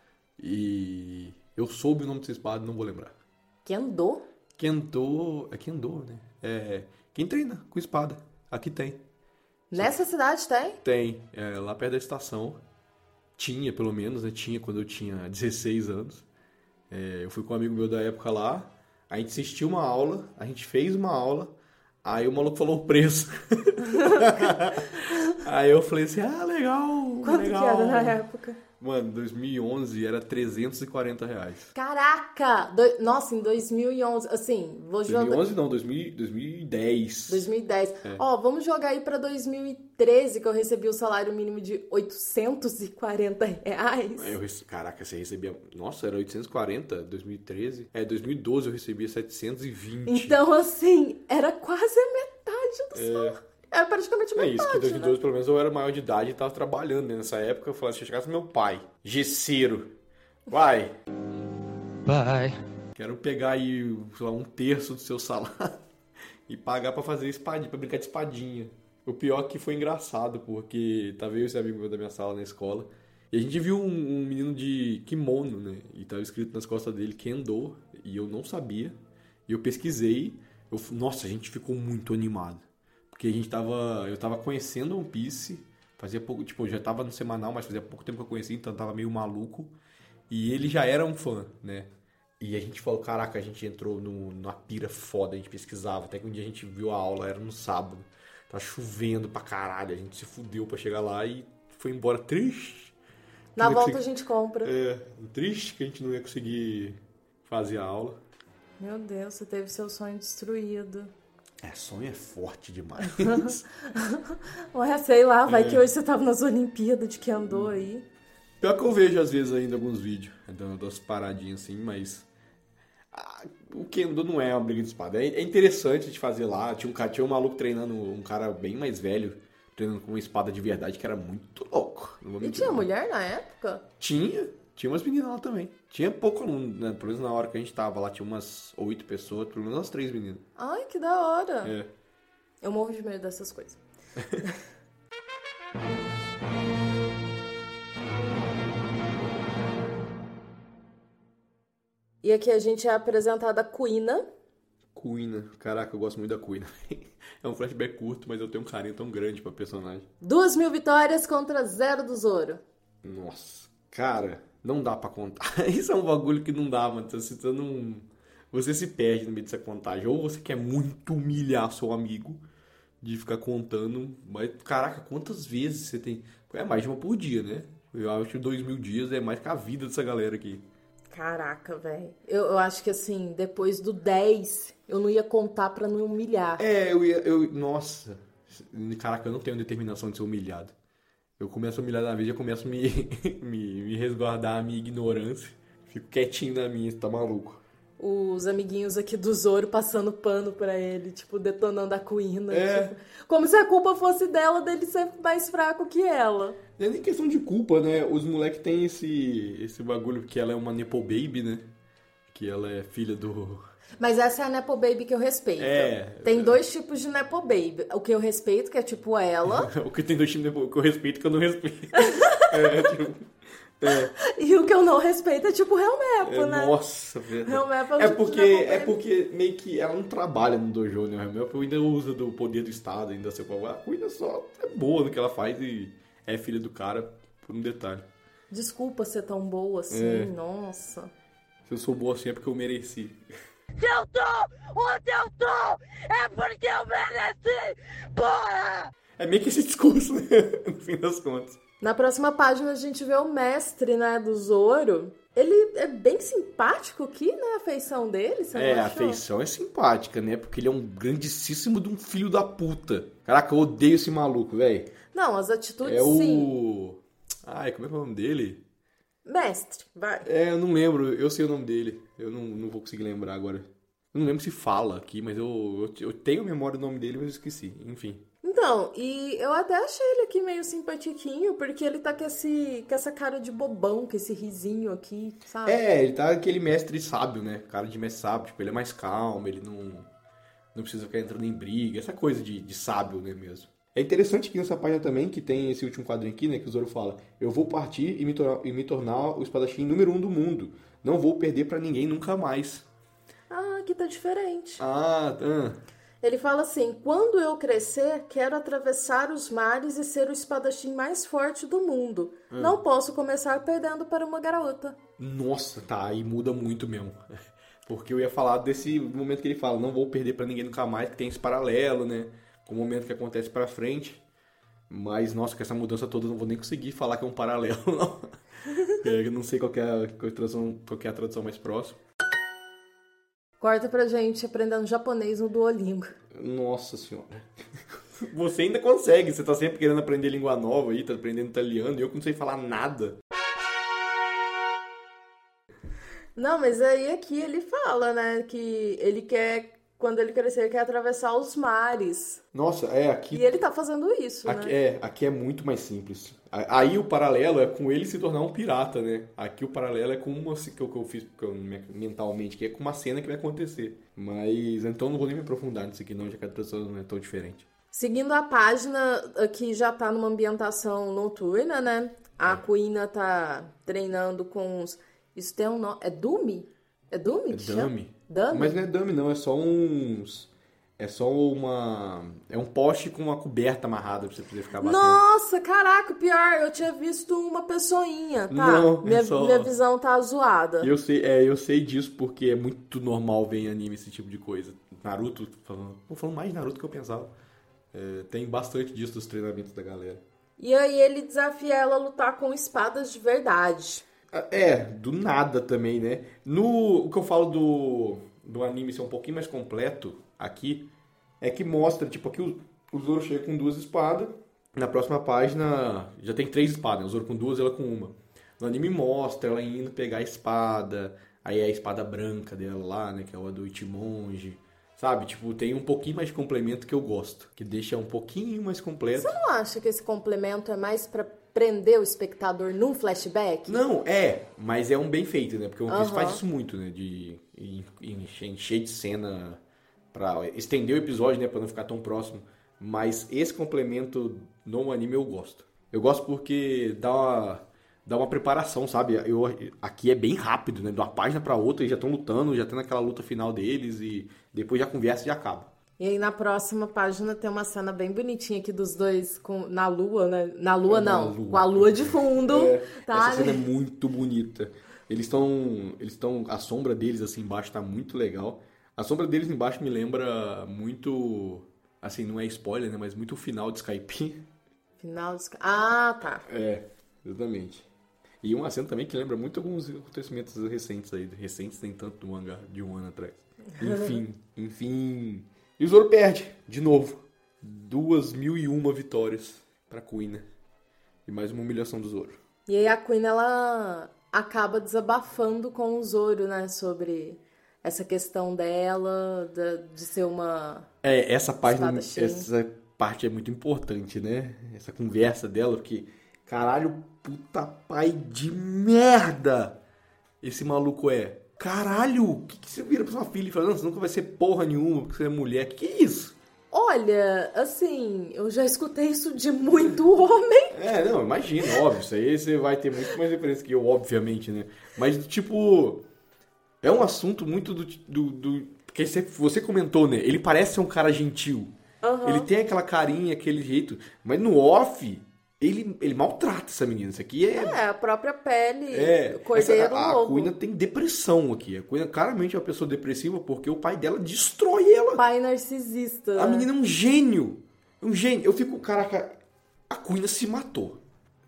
e eu soube o nome dessa espada, não vou lembrar. Kendo? Kendo... É Kendo, né? É... Quem treina com espada. Aqui tem. Nessa cidade tem? Tem. É, lá perto da estação. Tinha, pelo menos, né? Tinha quando eu tinha dezesseis anos. É, eu fui com um amigo meu da época lá. A gente assistiu uma aula. A gente fez uma aula. Aí o maluco falou o preço. Aí eu falei assim, ah, legal, Quanto legal. que era na época? Mano, dois mil e onze era trezentos e quarenta reais. Caraca! Do- Nossa, em dois mil e onze, assim, vou jogar... dois mil e onze não, dois mil, dois mil e dez. dois mil e dez. Ó, vamos jogar aí pra dois mil e treze, que eu recebi o salário mínimo de oitocentos e quarenta reais. Eu rece... Caraca, você recebia... Nossa, era oitocentos e quarenta, dois mil e treze. É, dois mil e doze eu recebia setecentos e vinte. Então, assim, era quase a metade do salário. Era praticamente É metade, isso, que em dois mil e doze, né? pelo menos, eu era maior de idade e tava trabalhando, né? Nessa época, eu falei assim, se eu chegasse meu pai, gesseiro, vai, Bye. quero pegar aí, sei lá, um terço do seu salário e pagar pra fazer espadinha, pra brincar de espadinha. O pior é que foi engraçado, porque tava eu e esse amigo meu da minha sala na escola, e a gente viu um, um menino de kimono, né? E tava escrito nas costas dele Kendo, e eu não sabia, e eu pesquisei, eu, nossa, a gente ficou muito animado. Porque a gente tava. Eu tava conhecendo One Piece. Fazia pouco. Tipo, eu já tava no semanal, mas fazia pouco tempo que eu conheci, então eu tava meio maluco. E ele já era um fã, né? E a gente falou, caraca, a gente entrou no, numa pira foda, a gente pesquisava. Até que um dia a gente viu a aula, era no sábado. Tava chovendo pra caralho, a gente se fudeu pra chegar lá e foi embora triste. Na volta consegui... a gente compra. É, triste que a gente não ia conseguir fazer a aula. Meu Deus, você teve seu sonho destruído. É, sonho é forte demais. Ué, sei lá, vai É. que hoje você tava nas Olimpíadas de que andou aí. Pior que eu vejo às vezes ainda alguns vídeos, dando umas paradinhas assim, mas ah, o Kendo não é uma briga de espada. É é interessante de fazer lá. Tinha um, cara, tinha um maluco treinando, um cara bem mais velho, treinando com uma espada de verdade, que era muito louco. Não vou E mentir, tinha não. mulher na época? Tinha, tinha umas meninas lá também. Tinha pouco aluno, né? Pelo menos na hora que a gente tava lá, tinha umas oito pessoas, pelo menos umas três meninas. Ai, que da hora. É. Eu morro de medo dessas coisas. E aqui a gente é apresentada a Kuina. Kuina, caraca, eu gosto muito da Kuina. É um flashback curto, mas eu tenho um carinho tão grande pra personagem. Duas mil vitórias contra zero do Zoro. Nossa, cara, não dá pra contar. Isso é um bagulho que não dá, mano. Você, você não... você se perde no meio dessa contagem. Ou você quer muito humilhar seu amigo de ficar contando. Mas, caraca, quantas vezes você tem... É mais de uma por dia, né? Eu acho que dois mil dias é mais que a vida dessa galera aqui. Caraca, velho. Eu, eu acho que assim, depois do dez, eu não ia contar pra não humilhar. É, eu ia... Eu, nossa, caraca, eu não tenho determinação de ser humilhado. Eu começo a humilhar na vez, eu começo a me, me, me resguardar a minha ignorância. Fico quietinho na minha, você tá maluco. Os amiguinhos aqui do Zoro passando pano pra ele, tipo, detonando a Kuina. É. Tipo, como se a culpa fosse dela, dele ser mais fraco que ela. Não é nem questão de culpa, né? Os moleques têm esse, esse bagulho que ela é uma Nepo Baby, né? Que ela é filha do... Mas essa é a Nepo Baby que eu respeito. É. Tem dois tipos de Nepo Baby. O que eu respeito, que é tipo ela, O que tem dois times Nepo que eu respeito e que eu não respeito. é, tipo... É, e o que eu não respeito é tipo Real Mepo, é, né? nossa, velho. Real Mepo é um É tipo de porque, Nepo é Baby. porque meio que ela não trabalha no dojo, né? O Helmepo ainda usa do poder do Estado, ainda seu povo. A Kuina só é boa no que ela faz e é filha do cara por um detalhe. Desculpa ser tão boa assim, É. nossa. Se eu sou boa assim é porque eu mereci. Se eu tô onde eu tô, é porque eu mereci, porra! É meio que esse discurso, né? No fim das contas. Na próxima página a gente vê o mestre, né, do Zoro. Ele é bem simpático aqui, né, a feição dele, você É, não a achou? feição é simpática, né? Porque ele é um grandíssimo de um filho da puta. Caraca, eu odeio esse maluco, velho. Não, as atitudes É sim. o... Ai, como é que é o nome dele? Mestre, vai. É, eu não lembro. Eu sei o nome dele. Eu não, não vou conseguir lembrar agora. Eu não lembro se fala aqui, mas eu, eu, eu tenho memória do nome dele, mas eu esqueci. Enfim. Então, e eu até achei ele aqui meio simpatiquinho, porque ele tá com, esse, com essa cara de bobão, com esse risinho aqui, sabe? É, ele tá aquele mestre sábio, né? Cara de mestre sábio. Tipo, ele é mais calmo, ele não, não precisa ficar entrando em briga. Essa coisa de, de sábio, né, mesmo. É interessante aqui nessa página também, que tem esse último quadrinho aqui, né? Que o Zoro fala: eu vou partir e me, tor- e me tornar o espadachim número um do mundo. Não vou perder pra ninguém nunca mais. Ah, aqui tá diferente. Ah, ah. Ele fala assim: quando eu crescer, quero atravessar os mares e ser o espadachim mais forte do mundo. Não posso começar perdendo para uma garota. Nossa, tá, aí muda muito mesmo. Porque eu ia falar desse momento que ele fala: não vou perder pra ninguém nunca mais, que tem esse paralelo, né? Com o momento que acontece pra frente. Mas, nossa, com essa mudança toda eu não vou nem conseguir falar que é um paralelo, não. É, eu não sei qual que é a, qual é a tradução, qual que é a tradução mais próxima. Corta pra gente aprendendo japonês no Duolingo. Nossa senhora. Você ainda consegue, você tá sempre querendo aprender língua nova aí, tá aprendendo italiano, e eu que não sei falar nada. Não, mas aí aqui ele fala, né, que ele quer, quando ele crescer, ele quer atravessar os mares. Nossa, é, aqui... E ele tá fazendo isso, Aqui né? é, aqui é muito mais simples. A- Aí o paralelo é com ele se tornar um pirata, né? Aqui o paralelo é com uma que eu, que eu fiz que eu- mentalmente, que é com uma cena que vai acontecer. Mas então não vou nem me aprofundar nisso aqui não, já que a tradução não é tão diferente. Seguindo a página, aqui já tá numa ambientação noturna, né? A Kuina tá treinando com os... Isso tem um nome... É Dumi? É Dumi É que chama? dummy. Dummy? Mas não é dummy não, é só uns... É só uma... É um poste com uma coberta amarrada pra você poder ficar batendo. Nossa, caraca, pior, eu tinha visto uma pessoinha, tá? Não, minha, é só... minha visão tá zoada. Eu sei, é, eu sei disso porque é muito normal ver em anime esse tipo de coisa. Naruto, falando, tô falando mais de Naruto que eu pensava. É, tem bastante disso dos treinamentos da galera. E aí ele desafia ela a lutar com espadas de verdade. É, do nada também, né? No, o que eu falo do, do anime ser um pouquinho mais completo aqui, é que mostra, tipo, aqui o, o Zoro chega com duas espadas, na próxima página já tem três espadas, né? O Zoro com duas e ela com uma. No anime mostra ela indo pegar a espada, aí é a espada branca dela lá, né, que é a do Ichimonji, sabe? Tipo, tem um pouquinho mais de complemento que eu gosto, que deixa um pouquinho mais completo. Você não acha que esse complemento é mais pra prender o espectador num flashback? Não, é, mas é um bem feito, né? Porque o One Piece Aham. faz isso muito, né? De encher, encher de cena pra estender o episódio, né? Pra não ficar tão próximo. Mas esse complemento no anime eu gosto. Eu gosto porque dá uma, dá uma preparação, sabe? Eu, aqui é bem rápido, né? De uma página pra outra, eles já estão lutando, já tendo aquela luta final deles e depois já conversa e já acaba. E aí na próxima página tem uma cena bem bonitinha aqui dos dois com, na lua, né? Na lua É, na não, lua. com a lua de fundo, É, tá? essa cena é muito bonita. Eles estão, eles estão, a sombra deles assim embaixo tá muito legal. A sombra deles embaixo me lembra muito, assim, não é spoiler, né, mas muito o final de Skype. Final dos... Ah, tá. É, exatamente. E uma cena também que lembra muito alguns acontecimentos recentes aí, recentes nem tanto do mangá de um ano atrás. Enfim, enfim. E o Zoro perde, de novo. Duas mil e uma vitórias pra Kuina. E mais uma humilhação do Zoro. E aí a Queen, ela acaba desabafando com o Zoro, né? Sobre essa questão dela, da- de ser uma... É, essa página, Espadachim. essa parte é muito importante, né? Essa conversa dela, porque, caralho, puta pai de merda esse maluco é. Caralho, o que, que você vira pra sua filha e fala, não, você nunca vai ser porra nenhuma, porque você é mulher. Que que é isso? Olha, assim, eu já escutei isso de muito homem. É, não, imagina, óbvio, isso aí você vai ter muito mais referência que eu, obviamente, né? Mas, tipo, é um assunto muito do... do, do porque você, você comentou, né? Ele parece ser um cara gentil. Aham. Ele tem aquela carinha, aquele jeito, mas no off, ele, ele maltrata essa menina. Isso aqui é... É, a própria pele, É, cordeiro essa- a lobo. Kuina tem depressão aqui. A Kuina claramente é uma pessoa depressiva porque o pai dela destrói ela. Pai narcisista. A né? menina é um gênio. Um gênio. Eu fico, caraca, a Kuina se matou.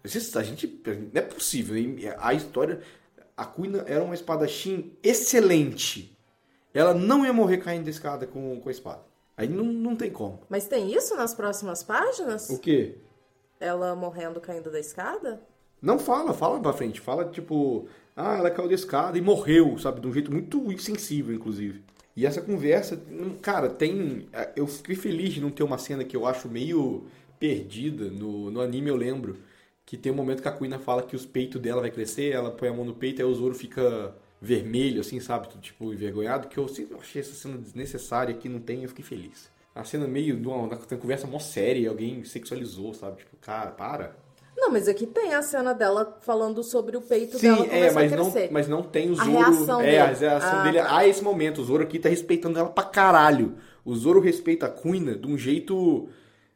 A gente, não é possível, hein? A história... A Kuina era uma espadachim excelente. Ela não ia morrer caindo da escada com, com a espada. Aí não, não tem como. Mas tem isso nas próximas páginas? O quê? Ela morrendo caindo da escada? Não fala, fala pra frente. Fala, tipo, ah, ela caiu da escada e morreu, sabe? De um jeito muito insensível, inclusive. E essa conversa, cara, tem... Eu fiquei feliz de não ter uma cena que eu acho meio perdida. No, no anime eu lembro que tem um momento que a Kuina fala que os peitos dela vai crescer, ela põe a mão no peito, aí o Zoro fica vermelho, assim, sabe? Tipo, envergonhado. Que eu sempre achei essa cena desnecessária, que não tem, eu fiquei feliz. A cena meio de uma, uma conversa mó séria, alguém sexualizou, sabe? Tipo, cara, para... Não, mas aqui tem a cena dela falando sobre o peito Sim, dela é, começar mas a não, crescer. mas não tem o A Zoro. reação é, dele. a reação Ah, dele tá. a esse momento. O Zoro aqui tá respeitando ela pra caralho. O Zoro respeita a Kuina de um jeito.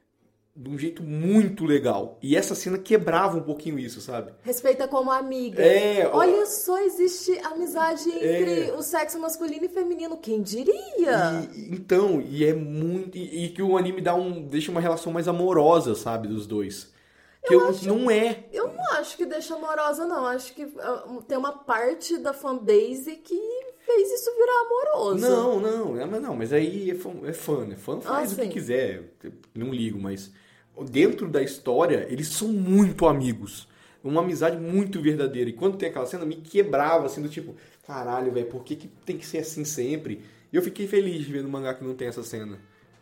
De um jeito muito legal. E essa cena quebrava um pouquinho isso, sabe? Respeita como amiga. É, ó- Olha só, existe amizade entre É. o sexo masculino e feminino. Quem diria? E- então, e é muito. E, e que o anime dá um, deixa uma relação mais amorosa, sabe, dos dois. Que eu, não é. Eu não acho que deixa amorosa, não. Acho que ah, tem uma parte da fanbase que fez isso virar amoroso. Não, não, é, mas não, mas aí é fã, é fã, né? Fã faz Ah, o que sim. quiser, não ligo, mas dentro da história eles são muito amigos, uma amizade muito verdadeira. E quando tem aquela cena me quebrava assim do tipo, caralho, velho, por que, que tem que ser assim sempre? E eu fiquei feliz de ver no mangá que não tem essa cena.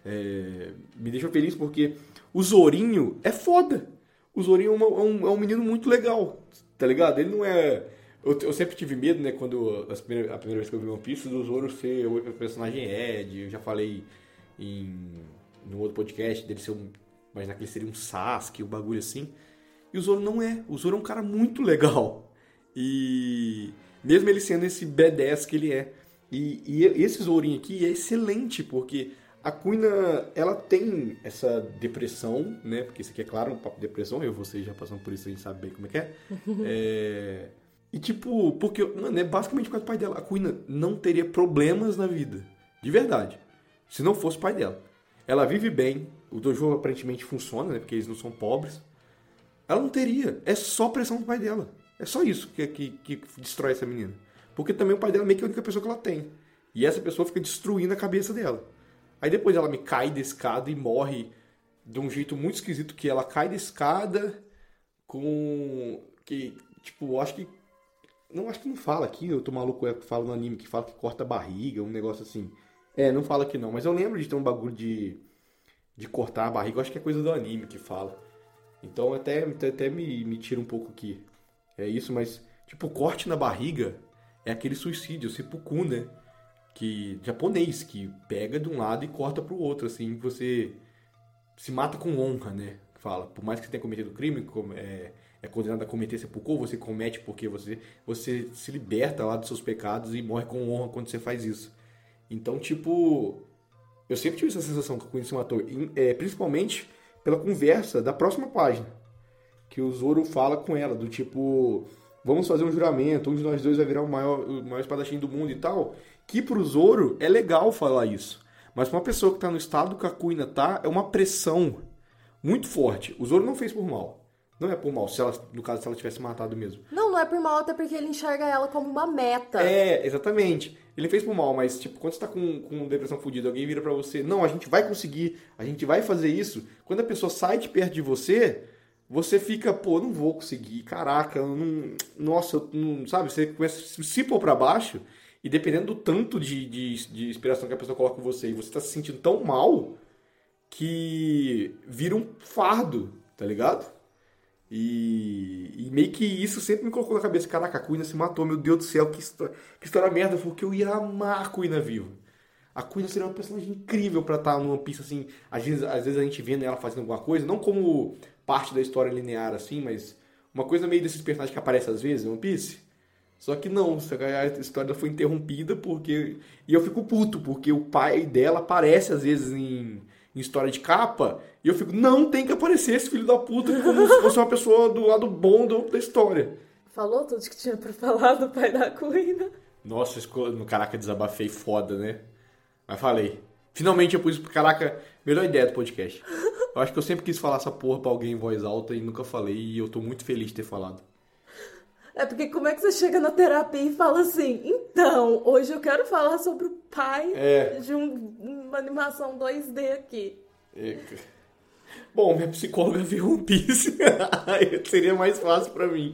É, me deixou feliz porque o Zorinho é foda. O Zorinho é, uma- é um, é um menino muito legal, tá ligado? Ele não é... Eu, eu sempre tive medo, né, quando as primeira- a primeira vez que eu vi One Piece, do Zoro ser o personagem Ed. Eu já falei em no outro podcast dele ser um... Imaginar que ele seria um Sasuke, um bagulho assim. E o Zoro não é. O Zoro é um cara muito legal. E mesmo ele sendo esse B dez que ele é. E, e esse Zorinho aqui é excelente, porque A Kuina, ela tem essa depressão, né? Porque isso aqui é claro, um papo de depressão, eu e vocês já passamos por isso, a gente sabe bem como é que é. é... E tipo, porque, mano, é basicamente por causa do pai dela. A Kuina não teria problemas na vida, de verdade, se não fosse o pai dela. Ela vive bem, o dojo aparentemente funciona, né? Porque eles não são pobres. Ela não teria, é só pressão do pai dela. É só isso que, que, que destrói essa menina. Porque também o pai dela é meio que a única pessoa que ela tem. E essa pessoa fica destruindo a cabeça dela. Aí depois ela me cai da escada e morre de um jeito muito esquisito, que ela cai da escada com... que, tipo, eu acho que... Não, acho que não fala aqui, eu tô maluco, é, fala no anime que fala que corta a barriga, um negócio assim. É, não fala aqui não, mas eu lembro de ter um bagulho de, de cortar a barriga, eu acho que é coisa do anime que fala. Então até, até me, me tira um pouco aqui. É isso, mas, tipo, corte na barriga é aquele suicídio, o seppuku, né? Que, japonês, que pega de um lado e corta pro outro, assim, você se mata com honra, né? Fala, por mais que você tenha cometido crime, é, é condenado a cometer seppuku, você comete porque você, você se liberta lá dos seus pecados e morre com honra quando você faz isso. Então, tipo, eu sempre tive essa sensação que o Kuina se matou, é, principalmente pela conversa da próxima página, que o Zoro fala com ela, do tipo, vamos fazer um juramento, um de nós dois vai virar o maior, o maior espadachim do mundo e tal, que pro Zoro é legal falar isso, mas pra uma pessoa que tá no estado que a Kuina tá, é uma pressão muito forte. O Zoro não fez por mal, não é por mal, se ela, no caso se ela tivesse matado mesmo. Não, não é por mal, até porque ele enxerga ela como uma meta. É, exatamente. Ele fez por mal, mas tipo, quando você tá com, com depressão fodida, alguém vira pra você, não, a gente vai conseguir, a gente vai fazer isso. Quando a pessoa sai de perto de você, você fica, pô, não vou conseguir, caraca, eu não, nossa, eu não, sabe, você começa a se pôr pra baixo, e dependendo do tanto de, de, de inspiração que a pessoa coloca em você, e você tá se sentindo tão mal, que vira um fardo, tá ligado? E, e meio que isso sempre me colocou na cabeça, caraca, a Kuina se matou, meu Deus do céu, que história, que história merda, porque eu ia amar a Kuina viva. A Kuina seria uma personagem incrível pra estar numa pista assim, às vezes, às vezes a gente vendo ela fazendo alguma coisa, não como parte da história linear assim, mas uma coisa meio desses personagens que aparecem às vezes em One Piece. Só que não, a história foi interrompida porque... E eu fico puto, porque o pai dela aparece às vezes em... em história de capa, e eu fico, não tem que aparecer esse filho da puta como se fosse uma pessoa do lado bom do, da história. Falou tudo que tinha pra falar do pai da Kuina. Nossa, no caraca, desabafei foda, né? Mas falei. Finalmente eu pus, caraca, melhor ideia do podcast. Eu acho que eu sempre quis falar essa porra pra alguém em voz alta e nunca falei, e eu tô muito feliz de ter falado. É porque como é que você chega na terapia e fala assim, então, hoje eu quero falar sobre o pai é. de um, uma animação dois D aqui. É. Bom, minha psicóloga viu One Piece, seria mais fácil pra mim.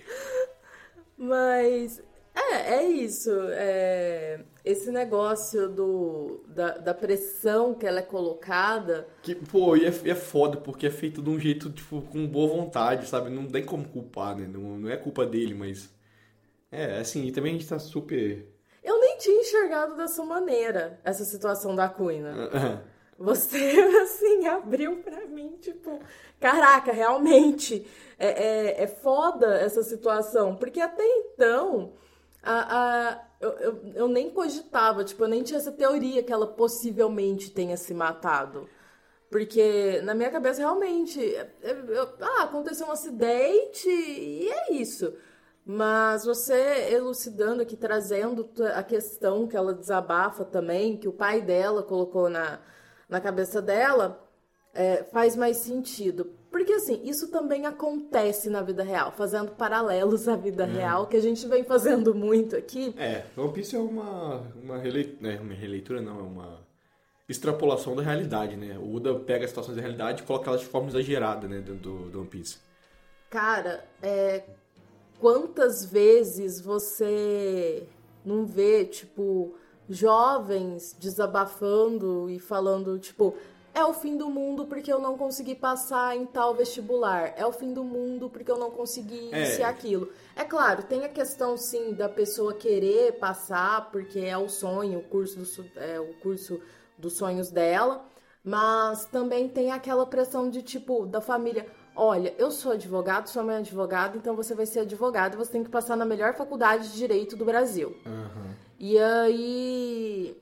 Mas, é, é isso, é, esse negócio do, da, da pressão que ela é colocada... Que, pô, e é, é foda, porque é feito de um jeito, tipo, com boa vontade, sabe? Não tem como culpar, né? Não, não é culpa dele, mas... É, assim, e também a gente tá super... Eu nem tinha enxergado dessa maneira, essa situação da Kuina. Você, assim, abriu pra mim, tipo... Caraca, realmente, é, é, é foda essa situação. Porque até então, a, a, eu, eu, eu nem cogitava, tipo, eu nem tinha essa teoria que ela possivelmente tenha se matado. Porque na minha cabeça, realmente, é, é, eu, ah, aconteceu um acidente e é isso. Mas você elucidando aqui, trazendo a questão que ela desabafa também, que o pai dela colocou na, na cabeça dela, é, faz mais sentido. Porque, assim, isso também acontece na vida real, fazendo paralelos à vida é. real, que a gente vem fazendo muito aqui. É, One Piece é uma, uma, releitura, né? uma releitura, não, é uma extrapolação da realidade, né? O Oda pega as situações da realidade e coloca elas de forma exagerada, né, dentro do, do One Piece. Cara, é... Quantas vezes você não vê, tipo, jovens desabafando e falando, tipo, é o fim do mundo porque eu não consegui passar em tal vestibular, é o fim do mundo porque eu não consegui é. isso e aquilo. É claro, tem a questão, sim, da pessoa querer passar porque é o sonho, o curso, do, é, o curso dos sonhos dela, mas também tem aquela pressão de, tipo, da família... Olha, eu sou advogado, sua mãe é advogada, então você vai ser advogado e você tem que passar na melhor faculdade de Direito do Brasil. Uhum. E aí,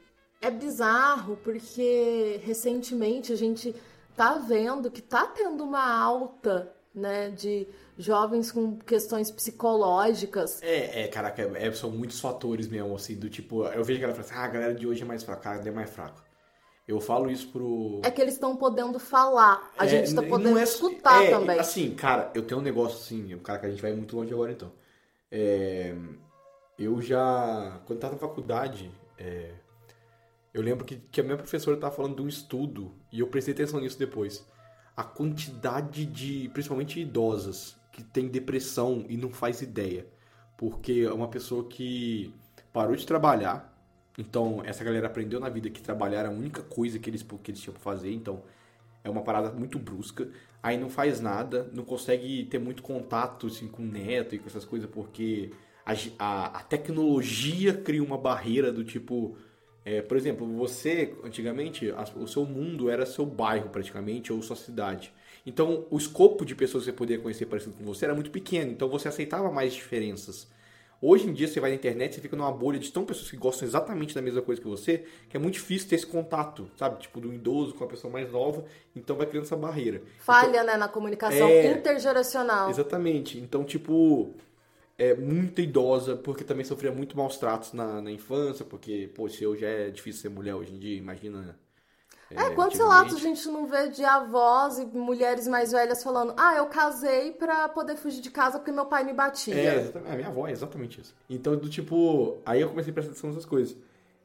é bizarro porque recentemente a gente tá vendo que tá tendo uma alta, né, de jovens com questões psicológicas. É, é, caraca, é, são muitos fatores mesmo, assim, do tipo, eu vejo que ela fala assim, ah, a galera de hoje é mais fraca, a galera é mais fraca. Eu falo isso pro... É que eles estão podendo falar, a é, gente tá podendo é, escutar é, também. Assim, cara, eu tenho um negócio assim, cara, que a gente vai muito longe agora então. É, eu já, quando tava na faculdade, é, eu lembro que, que a minha professora tava falando de um estudo, e eu prestei atenção nisso depois. A quantidade de, principalmente idosas, que tem depressão e não faz ideia. Porque é uma pessoa que parou de trabalhar, então essa galera aprendeu na vida que trabalhar era a única coisa que eles, que eles tinham pra fazer, então é uma parada muito brusca. Aí não faz nada, não consegue ter muito contato assim, com o neto e com essas coisas, porque a, a, a tecnologia cria uma barreira do tipo... É, por exemplo, você, antigamente, a, o seu mundo era seu bairro praticamente, ou sua cidade. Então, o escopo de pessoas que você poderia conhecer parecido com você era muito pequeno, então você aceitava mais diferenças. Hoje em dia, você vai na internet, você fica numa bolha de tão pessoas que gostam exatamente da mesma coisa que você, que é muito difícil ter esse contato, sabe? Tipo, do idoso com a pessoa mais nova, então vai criando essa barreira. Falha, então, né, na comunicação é, intergeracional. Exatamente. Então, tipo... é muito idosa, porque também sofria muito maus tratos na, na infância, porque, pô, se eu já é difícil ser mulher hoje em dia, imagina... É, é quantos relatos a gente não vê de avós e mulheres mais velhas falando, ah, eu casei pra poder fugir de casa porque meu pai me batia. É, exatamente, a minha avó é exatamente isso. Então, do tipo, aí eu comecei a prestar atenção nessas coisas.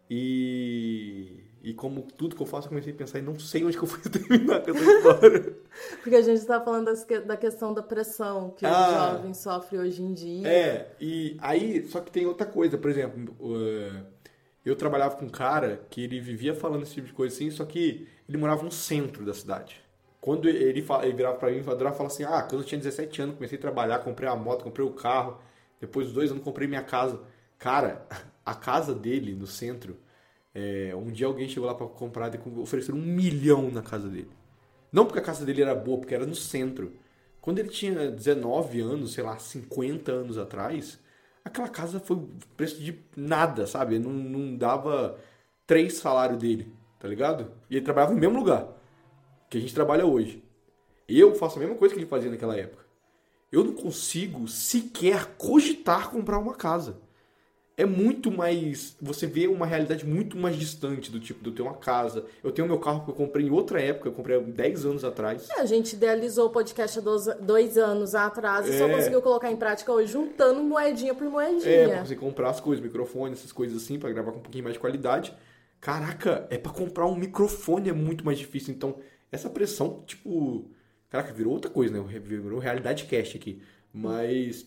E... E como tudo que eu faço, eu comecei a pensar e não sei onde que eu fui terminar com essa história. Porque a gente tá falando das, da questão da pressão que ah, o jovem sofre hoje em dia. É, e aí, só que tem outra coisa, por exemplo, eu trabalhava com um cara que ele vivia falando esse tipo de coisa assim, só que ele morava no centro da cidade. Quando ele, fala, ele virava pra mim, ele adorava falar assim, ah, quando eu tinha dezessete anos, comecei a trabalhar, comprei uma moto, comprei o um carro, depois de dois anos comprei minha casa. Cara, a casa dele no centro... É, um dia alguém chegou lá pra comprar e ofereceram um milhão na casa dele. Não porque a casa dele era boa, porque era no centro. Quando ele tinha dezenove anos, sei lá, cinquenta anos atrás, aquela casa foi preço de nada, sabe? Não, não dava três salários dele, tá ligado? E ele trabalhava no mesmo lugar que a gente trabalha hoje. Eu faço a mesma coisa que ele fazia naquela época. Eu não consigo sequer cogitar comprar uma casa. É muito mais... Você vê uma realidade muito mais distante do tipo de eu ter uma casa. Eu tenho meu carro que eu comprei em outra época. Eu comprei há dez anos atrás. É, a gente idealizou o podcast há dois, dois anos atrás e é... só conseguiu colocar em prática hoje, juntando moedinha por moedinha. É, pra você comprar as coisas, microfone, essas coisas assim, pra gravar com um pouquinho mais de qualidade. Caraca, é pra comprar um microfone é muito mais difícil. Então, essa pressão, tipo... Caraca, virou outra coisa, né? Virou realidade cast aqui. Mas...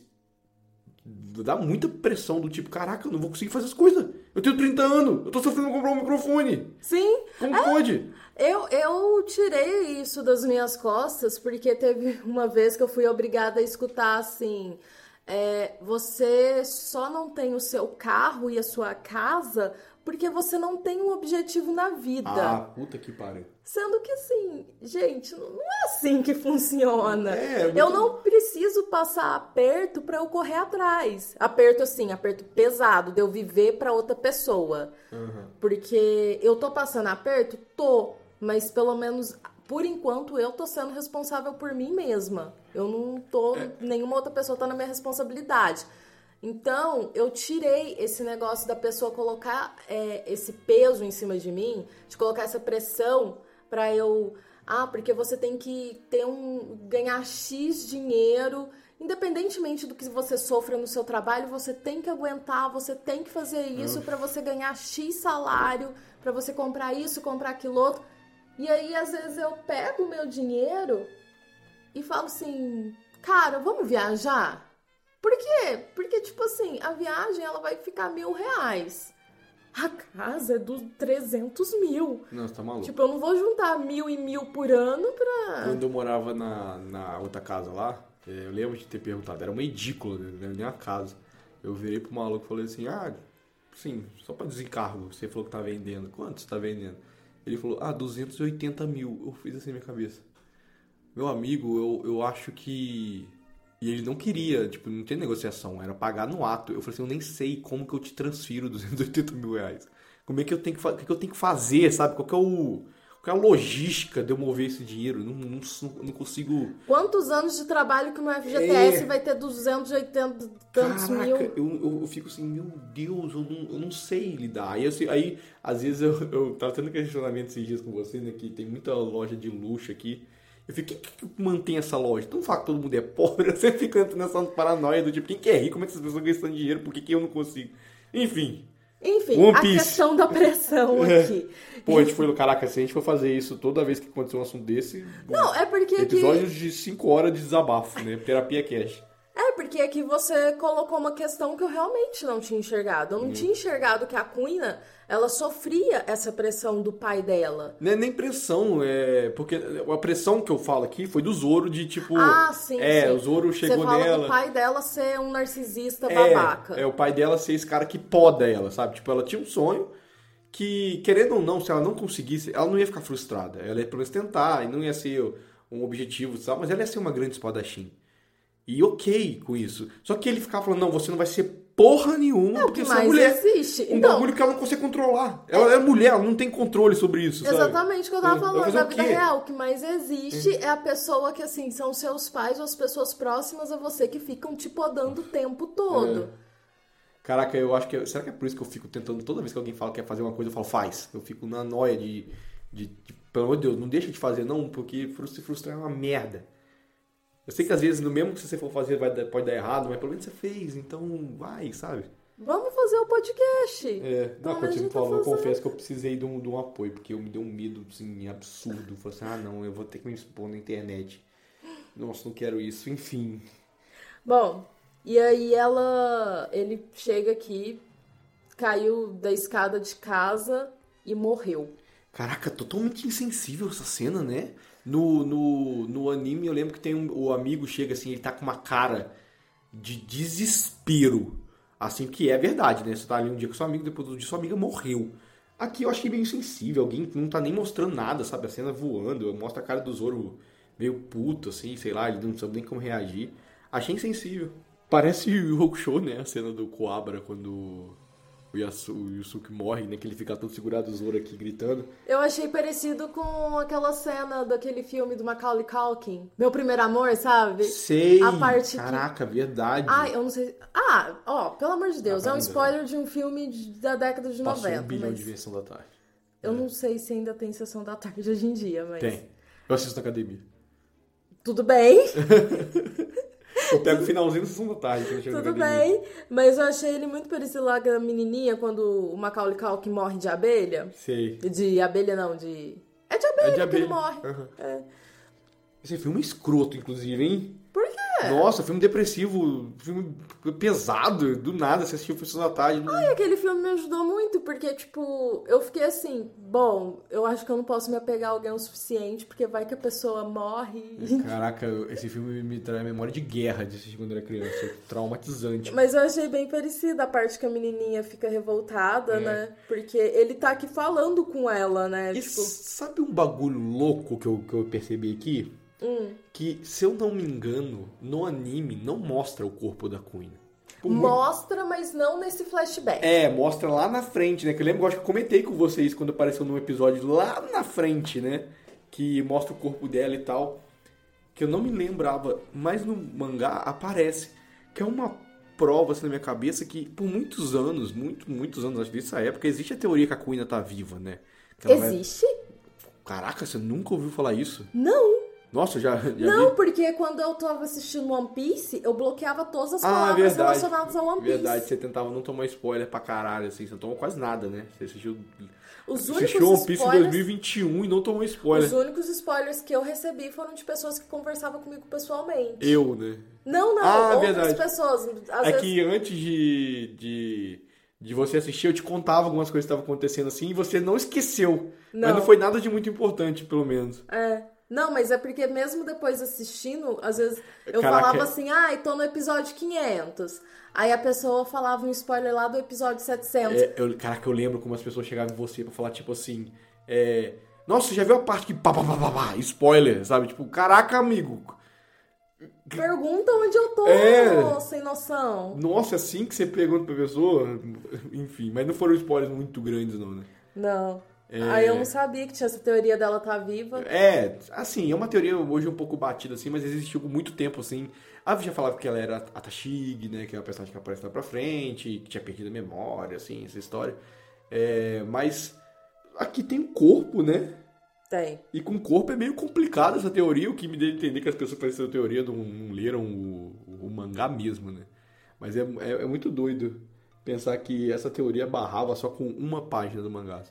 dá muita pressão do tipo, caraca, eu não vou conseguir fazer as coisas. Eu tenho trinta anos, eu tô sofrendo pra comprar um microfone. Sim. Como é, pode? Eu, eu tirei isso das minhas costas, porque teve uma vez que eu fui obrigada a escutar assim, é, você só não tem o seu carro e a sua casa porque você não tem um objetivo na vida. Ah, puta que pariu. Sendo que assim, gente, não é assim que funciona. É, muito... Eu não preciso passar aperto pra eu correr atrás. Aperto assim, aperto pesado, de eu viver pra outra pessoa. Uhum. Porque eu tô passando aperto? Tô. Mas pelo menos, por enquanto, eu tô sendo responsável por mim mesma. Eu não tô... É. Nenhuma outra pessoa tá na minha responsabilidade. Então, eu tirei esse negócio da pessoa colocar é, esse peso em cima de mim, de colocar essa pressão pra eu... Ah, porque você tem que ter um... ganhar X dinheiro, independentemente do que você sofra no seu trabalho, você tem que aguentar, você tem que fazer isso uhum. pra você ganhar X salário, pra você comprar isso, comprar aquilo outro. E aí, às vezes, eu pego o meu dinheiro e falo assim, cara, vamos viajar? Por quê? Porque, tipo assim, a viagem, ela vai ficar mil reais. A casa é dos trezentos mil. Não, você tá maluco. Tipo, eu não vou juntar mil e mil por ano pra... Quando eu morava na, na outra casa lá, eu lembro de ter perguntado, era uma edícula, não era nem uma casa. Eu virei pro maluco e falei assim, ah, sim, só pra desencargo, você falou que tá vendendo. Quanto você tá vendendo? Ele falou, ah, duzentos e oitenta mil. Eu fiz assim na minha cabeça. Meu amigo, eu, eu acho que... E ele não queria, tipo, não tem negociação, era pagar no ato. Eu falei assim, eu nem sei como que eu te transfiro duzentos e oitenta mil reais. Como é que eu tenho que, fa- o que que eu tenho que fazer, sabe? Qual que é o... Qual é a logística de eu mover esse dinheiro? Não, não, não consigo... Quantos anos de trabalho que no F G T S É. vai ter duzentos e oitenta tantos mil? Caraca, eu, eu, eu fico assim, meu Deus, eu não, eu não sei lidar. Aí, assim, aí às vezes, eu, eu tava tendo questionamento esses dias com você, né? Que tem muita loja de luxo aqui. Eu fico, quem que mantém essa loja? Então, fala que todo mundo é pobre, você fica entrando nessa paranoia do tipo, quem que é rico? Como é que essas pessoas estão gastando dinheiro? Por que, que eu não consigo? Enfim. Enfim, One a Piece. questão da pressão aqui. Pô, a gente foi, caraca, se a gente for fazer isso toda vez que acontecer um assunto desse... Não, é porque aqui... Episódios de cinco horas de desabafo, né? Terapia cash. É, porque aqui você colocou uma questão que eu realmente não tinha enxergado. Eu não Hum. tinha enxergado que a Kuina, ela sofria essa pressão do pai dela. Não é nem pressão, é... Porque a pressão que eu falo aqui foi do Zoro, de tipo... Ah, sim, É, sim. o Zoro chegou Você fala nela... do pai dela ser um narcisista é, babaca. É, o pai dela ser esse cara que poda ela, sabe? Tipo, ela tinha um sonho que, querendo ou não, se ela não conseguisse, ela não ia ficar frustrada. Ela ia pelo menos tentar, e não ia ser um objetivo, sabe? Mas ela ia ser uma grande espadachim. E ok com isso. Só que ele ficava falando, não, você não vai ser porra nenhuma, É o porque que você é mais mulher. existe. Um Então, bagulho que ela não consegue controlar. Ela é mulher, ela não tem controle sobre isso, sabe? exatamente o que eu tava Vai falando. fazer Na o vida quê? real, o que mais existe é a pessoa que, assim, são seus pais ou as pessoas próximas a você que ficam te podando o tempo todo. É. Caraca, eu acho que... eu- será que é por isso que eu fico tentando... Toda vez que alguém fala que quer fazer uma coisa, eu falo, faz. Eu fico na noia de... de, de pelo amor de Deus, não deixa de fazer, não, porque frus- se frustrar é uma merda. Eu sei que às vezes, no mesmo que você for fazer, vai dar- pode dar errado, mas pelo menos você fez, então vai, sabe? Vamos fazer o podcast. É, Pelo não, quando menos você a me gente tá falou, eu fazendo. confesso que eu precisei de um, de um apoio, porque eu me deu um medo, assim, absurdo. Falei assim, ah, não, eu vou ter que me expor na internet. Nossa, não quero isso, enfim. Bom, e aí ela... Ele chega aqui, caiu da escada de casa e morreu. Caraca, totalmente insensível essa cena, né? No, no, no anime eu lembro que tem um, o amigo chega assim, ele tá com uma cara de desespero. Assim, que é verdade, né? Você tá ali um dia com seu amigo, depois do dia sua amiga morreu. Aqui eu achei meio insensível, alguém que não tá nem mostrando nada, sabe? A cena voando, mostra a cara do Zoro meio puto, assim, sei lá, ele não sabe nem como reagir. Achei insensível. Parece o Hokusho, né? A cena do Coabra quando o, Yasu, o Yusuke morre, né? Que ele fica todo segurado, o Zoro aqui gritando. Eu achei parecido com aquela cena daquele filme do Macaulay Culkin. Meu Primeiro Amor, sabe? Sei! A parte que... Caraca, verdade. Ai, eu não sei... Ah, ó, pelo amor de Deus, Ah, é um ainda spoiler de um filme de- da década de Passou noventa. um bilhão mas de versão da tarde. eu não sei se ainda tem sessão da tarde hoje em dia, mas... Tem. Eu assisto na academia. Tudo bem, Eu pego o finalzinho da sessão da tarde quando eu chego na tudo academia. bem. Mas eu achei ele muito parecido lá com a menininha quando o Macaulay Culkin morre de abelha. Sei. De abelha não, de... É de abelha, É de que abelha. ele morre. Aham. É. Esse filme é escroto, inclusive, hein? Por quê? Nossa, filme depressivo, filme pesado, do nada, você assistiu Sessão da Tarde. Não... E aquele filme me ajudou muito, porque, tipo, eu fiquei assim, bom, eu acho que eu não posso me apegar a alguém o suficiente, porque vai que a pessoa morre. e- Caraca, esse filme me traz memória de guerra de assistir quando era criança. Traumatizante. Mas eu achei bem parecida a parte que a menininha fica revoltada, É. né? Porque ele tá aqui falando com ela, né? E tipo, sabe um bagulho louco que eu, que eu percebi aqui? hum, Que, se eu não me engano, no anime não mostra o corpo da Queen. Por muito- mostra, mas não nesse flashback. É, mostra lá na frente, né? Que eu lembro, eu acho que eu comentei com vocês quando apareceu num episódio lá na frente, né? Que mostra o corpo dela e tal. Que eu não me lembrava, mas no mangá aparece. Que é uma prova, assim, na minha cabeça, que por muitos anos, muito, muitos anos, acho que dessa época, existe a teoria que a Kuina tá viva, né? Que ela vai- Existe? Caraca, você nunca ouviu falar isso? Não. Nossa, eu já, já Não, vi. porque quando eu tava assistindo One Piece, eu bloqueava todas as Ah, palavras verdade. relacionadas ao One Piece. Verdade, você tentava não tomar spoiler pra caralho, assim. Você não tomou quase nada, né? Você assistiu... Os Assistiu únicos One Piece em spoilers... dois mil e vinte e um e não tomou spoiler. Os únicos spoilers que eu recebi foram de pessoas que conversavam comigo pessoalmente. Eu, né? Não, não, Ah, outras verdade. pessoas. Às É vezes... que antes de, de, de você assistir, eu te contava algumas coisas que estavam acontecendo assim e você não esqueceu. Mas Não. não foi nada de muito importante, pelo menos. É. Não, mas é porque mesmo depois assistindo, às vezes eu Caraca. falava assim, ai, tô no episódio quinhentos. Aí a pessoa falava um spoiler lá do episódio setecentos. É, eu, caraca, eu lembro como as pessoas chegavam em você pra falar, tipo assim... É, nossa, você já viu a parte que... Pá, pá, pá, pá, pá, spoiler, sabe? Tipo, caraca, amigo... Pergunta onde eu tô, É. sem noção. Nossa, assim que você pergunta pra pessoa... Enfim, mas não foram spoilers muito grandes, não, né? Não. É. Aí eu não sabia que tinha essa teoria dela estar viva. É, assim, é uma teoria hoje um pouco batida, assim, mas existiu por muito tempo, assim. A Avi já falava que ela era a Tashig, né, que é a personagem que aparece lá pra frente, que tinha perdido a memória, assim, essa história. É, mas aqui tem um corpo, né? Tem. E com corpo é meio complicado essa teoria, o que me deu a entender que as pessoas parecem essa teoria não, não leram o, o mangá mesmo, né? Mas é, é, é muito doido pensar que essa teoria barrava só com uma página do mangá.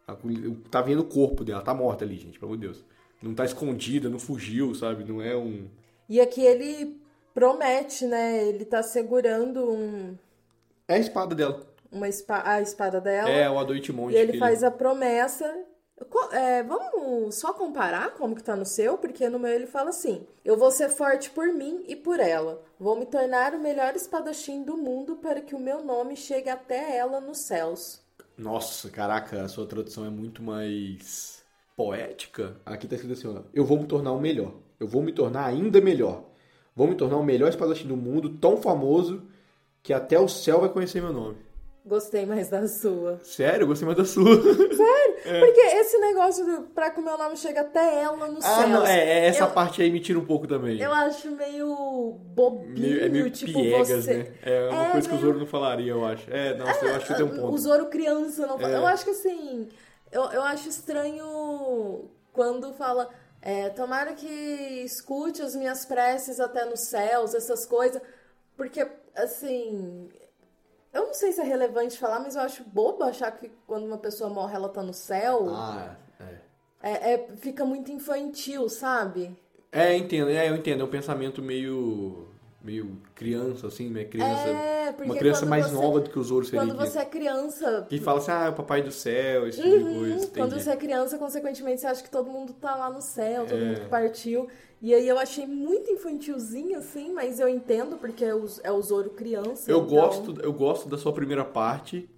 Tá vendo o corpo dela, tá morta ali, gente, pelo amor de Deus. Não tá escondida, não fugiu, sabe? Não é um... E aqui ele promete, né? Ele tá segurando um, É a espada dela. uma espa- a espada dela. É, o Adoite Monte. E ele faz a promessa. Co- é, vamos só comparar como que tá no seu, porque no meu ele fala assim: eu vou ser forte por mim e por ela. Vou me tornar o melhor espadachim do mundo para que o meu nome chegue até ela nos céus. Nossa, caraca, a sua tradução é muito mais poética. Aqui tá escrito assim, ó. Eu vou me tornar o melhor. Eu vou me tornar ainda melhor. Vou me tornar o melhor espadachim do mundo, tão famoso, que até o céu vai conhecer meu nome. Gostei mais da sua. Sério? Eu gostei mais da sua. Sério? Porque esse negócio do, pra que o meu nome chegue até ela nos Ah, céus. não, é, é essa eu, parte aí me tira um pouco também. eu acho meio bobinho, Meio- é meio tipo piegas, você... né? É uma É, coisa que o meio- Zoro não falaria, eu acho. É, nossa, eu acho que tem um ponto. O Zoro criança não fala. É. Eu acho que assim. Eu, eu acho estranho quando fala. É, tomara que escute as minhas preces até nos céus, essas coisas. Porque, assim. Eu não sei se é relevante falar, mas eu acho bobo achar que quando uma pessoa morre ela tá no céu. Ah, é. É, é- fica muito infantil, sabe? É, entendo, é, eu entendo, é um pensamento meio meio criança, assim, né? Criança, É, porque uma criança quando mais você- nova do que o Zoro seria. Quando que- você é criança. Que fala assim, ah, é o papai do céu, esse tipo de Uhum, coisa. quando entendi. você é criança, consequentemente, você acha que todo mundo tá lá no céu, todo É. mundo que partiu. E aí eu achei muito infantilzinho, assim, mas eu entendo, porque é o, é o Zoro criança. Eu então... gosto, eu gosto da sua primeira parte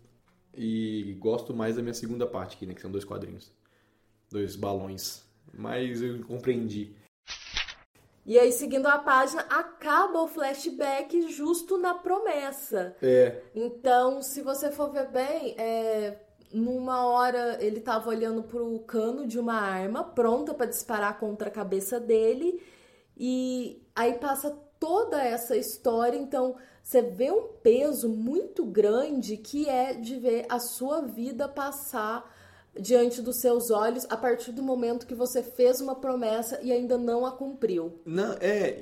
e gosto mais da minha segunda parte aqui, né? Que são dois quadrinhos. Dois balões. Mas eu compreendi. E aí, seguindo a página, acaba o flashback justo na promessa. É. Então, se você for ver bem, é, numa hora ele tava olhando pro cano de uma arma, pronta pra disparar contra a cabeça dele, e aí passa toda essa história, então você vê um peso muito grande que é de ver a sua vida passar diante dos seus olhos a partir do momento que você fez uma promessa e ainda não a cumpriu. Não, é,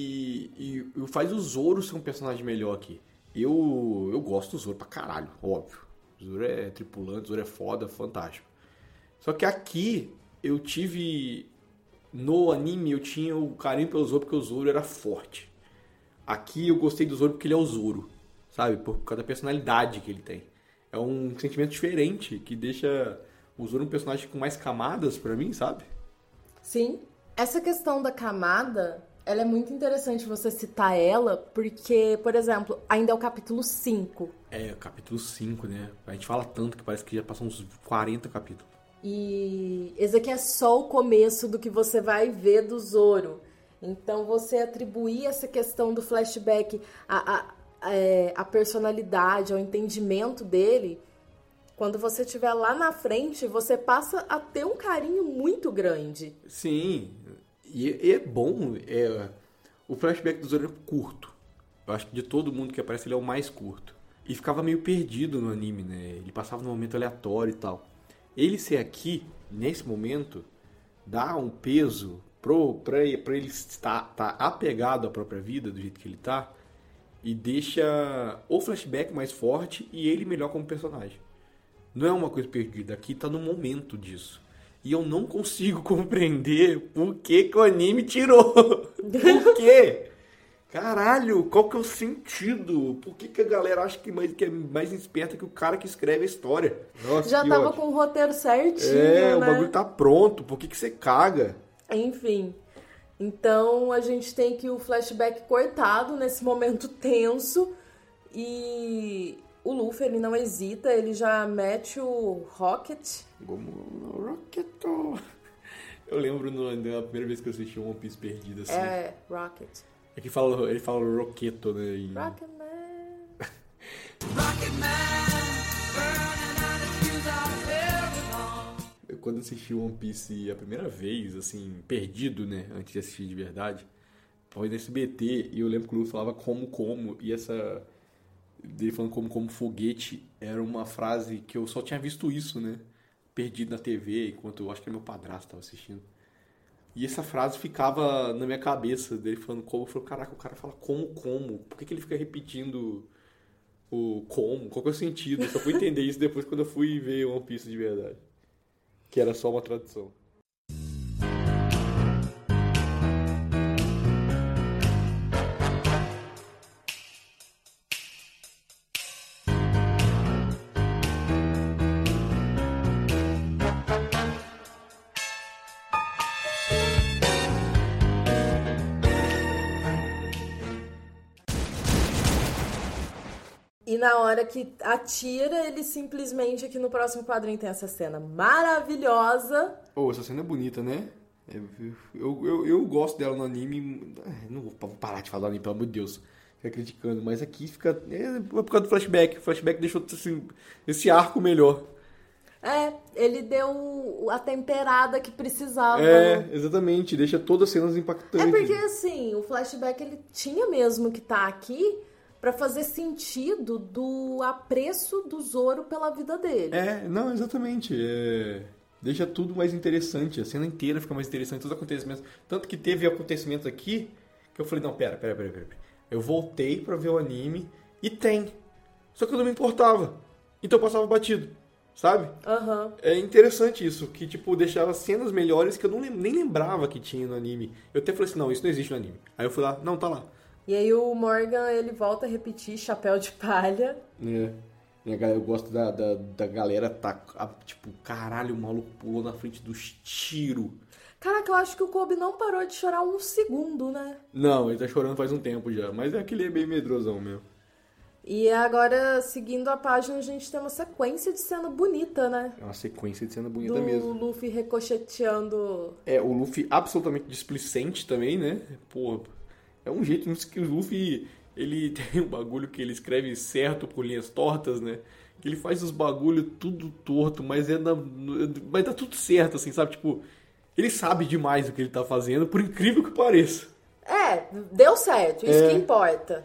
e, e faz o Zoro ser um personagem melhor aqui. Eu, eu gosto do Zoro pra caralho, óbvio. O Zoro é tripulante, o Zoro é foda, fantástico. Só que aqui eu tive... No anime eu tinha o carinho pelo Zoro porque o Zoro era forte. Aqui eu gostei do Zoro porque ele é o Zoro, sabe? Por causa da personalidade que ele tem. É um sentimento diferente que deixa o Zoro um personagem com mais camadas pra mim, sabe? Sim. Essa questão da camada, ela é muito interessante você citar ela, porque, por exemplo, ainda é o capítulo cinco. É, capítulo cinco, né? A gente fala tanto que parece que já passou uns quarenta capítulos. E esse aqui é só o começo do que você vai ver do Zoro. Então, você atribuir essa questão do flashback à, à, à, à personalidade, ao entendimento dele, quando você estiver lá na frente, você passa a ter um carinho muito grande. Sim, e, e é bom. É, o flashback do Zoro é curto. Eu acho que de todo mundo que aparece, ele é o mais curto. E ficava meio perdido no anime, né? Ele passava num momento aleatório e tal. Ele ser aqui, nesse momento, dá um peso pro, pra, pra ele estar tá apegado à própria vida, do jeito que ele tá, e deixa o flashback mais forte e ele melhor como personagem. Não é uma coisa perdida, aqui tá no momento disso. E eu não consigo compreender por que, que o anime tirou. Por quê? Caralho, qual que é o sentido? Por que, que a galera acha que, mais, que é mais esperta que o cara que escreve a história? Nossa, Já que tava ódio. com o roteiro certinho, É, né? o bagulho tá pronto, por que, que você caga? Enfim, então a gente tem aqui o flashback cortado nesse momento tenso e o Luffy, ele não hesita, ele já mete o Rocket. Como Rocketo. Eu lembro no, na primeira vez que eu assisti One Piece perdido assim. É, Rocket. É que fala, ele fala Roqueto, né? E... Rocketman. Eu, quando assisti One Piece a primeira vez, assim, perdido, né? Antes de assistir de verdade, foi no S B T e eu lembro que o Luffy falava como, como, e essa... dele falando como, como foguete era uma frase que eu só tinha visto isso, né? Perdido na T V, enquanto eu acho que meu padrasto estava assistindo. E essa frase ficava na minha cabeça, dele falando como. Eu falei, caraca, o cara fala como, como? Por que, que ele fica repetindo o como? Qual que é o sentido? Eu só fui entender isso depois quando eu fui ver One Piece de verdade. Que era só uma tradução. E na hora que atira, ele simplesmente, aqui no próximo quadrinho, tem essa cena maravilhosa. Oh, essa cena é bonita, né? Eu, eu, eu, eu gosto dela no anime. Não vou parar de falar do anime, pelo amor de Deus. Fica criticando, mas aqui fica... É por causa do flashback. O flashback deixou assim, esse arco melhor. É, ele deu a temperada que precisava. É, exatamente. Deixa todas as cenas impactantes. É porque, assim, o flashback, ele tinha mesmo que estar aqui pra fazer sentido do apreço do Zoro pela vida dele. É, não, exatamente. É... Deixa tudo mais interessante. A cena inteira fica mais interessante. Todos os acontecimentos. Tanto que teve acontecimentos aqui que eu falei, não, pera, pera, pera, pera. Eu voltei pra ver o anime e tem. Só que eu não me importava. Então eu passava batido. Sabe? Uhum. É interessante isso, que tipo, deixava cenas melhores que eu não, nem lembrava que tinha no anime. Eu até falei assim, não, isso não existe no anime. Aí eu fui lá, não, tá lá. E aí o Morgan, ele volta a repetir chapéu de palha. É. Eu gosto da, da, da galera tá, tipo, caralho, o maluco pulou na frente dos tiros. Caraca, eu acho que o Kobe não parou de chorar um segundo, né? Não, ele tá chorando faz um tempo já, mas é que ele é bem medrosão mesmo. E agora, seguindo a página, a gente tem uma sequência de cena bonita, né? É uma sequência de cena bonita Do mesmo. Do Luffy ricocheteando. É, o Luffy absolutamente displicente também, né? Pô, é um jeito que o Luffy, ele tem um bagulho que ele escreve certo por linhas tortas, né? Que ele faz os bagulhos tudo torto, mas é da, mas dá tudo certo, assim, sabe? Tipo, ele sabe demais o que ele tá fazendo, por incrível que pareça. É, deu certo, isso É. que importa.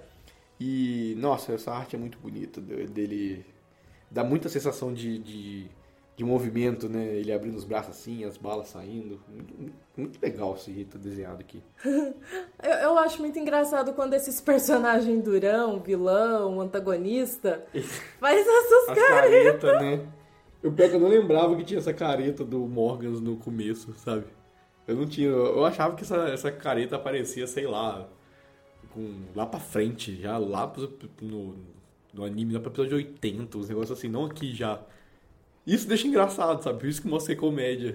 E, nossa, essa arte é muito bonita dele. Dá muita sensação de, de, de movimento, né? Ele abrindo os braços assim, as balas saindo. Muito, muito legal esse jeito desenhado aqui. eu, eu acho muito engraçado quando esses personagens durão, vilão, antagonista, faz essas As caretas. caretas, né? Eu pior que eu não lembrava que tinha essa careta do Morgans no começo, sabe? Eu não tinha. Eu achava que essa, essa careta aparecia, sei lá, com, lá pra frente, já lá pro, no, no anime, lá pro episódio oitenta, uns negócios assim, não aqui já. Isso deixa engraçado, sabe? Por isso que mostrei comédia.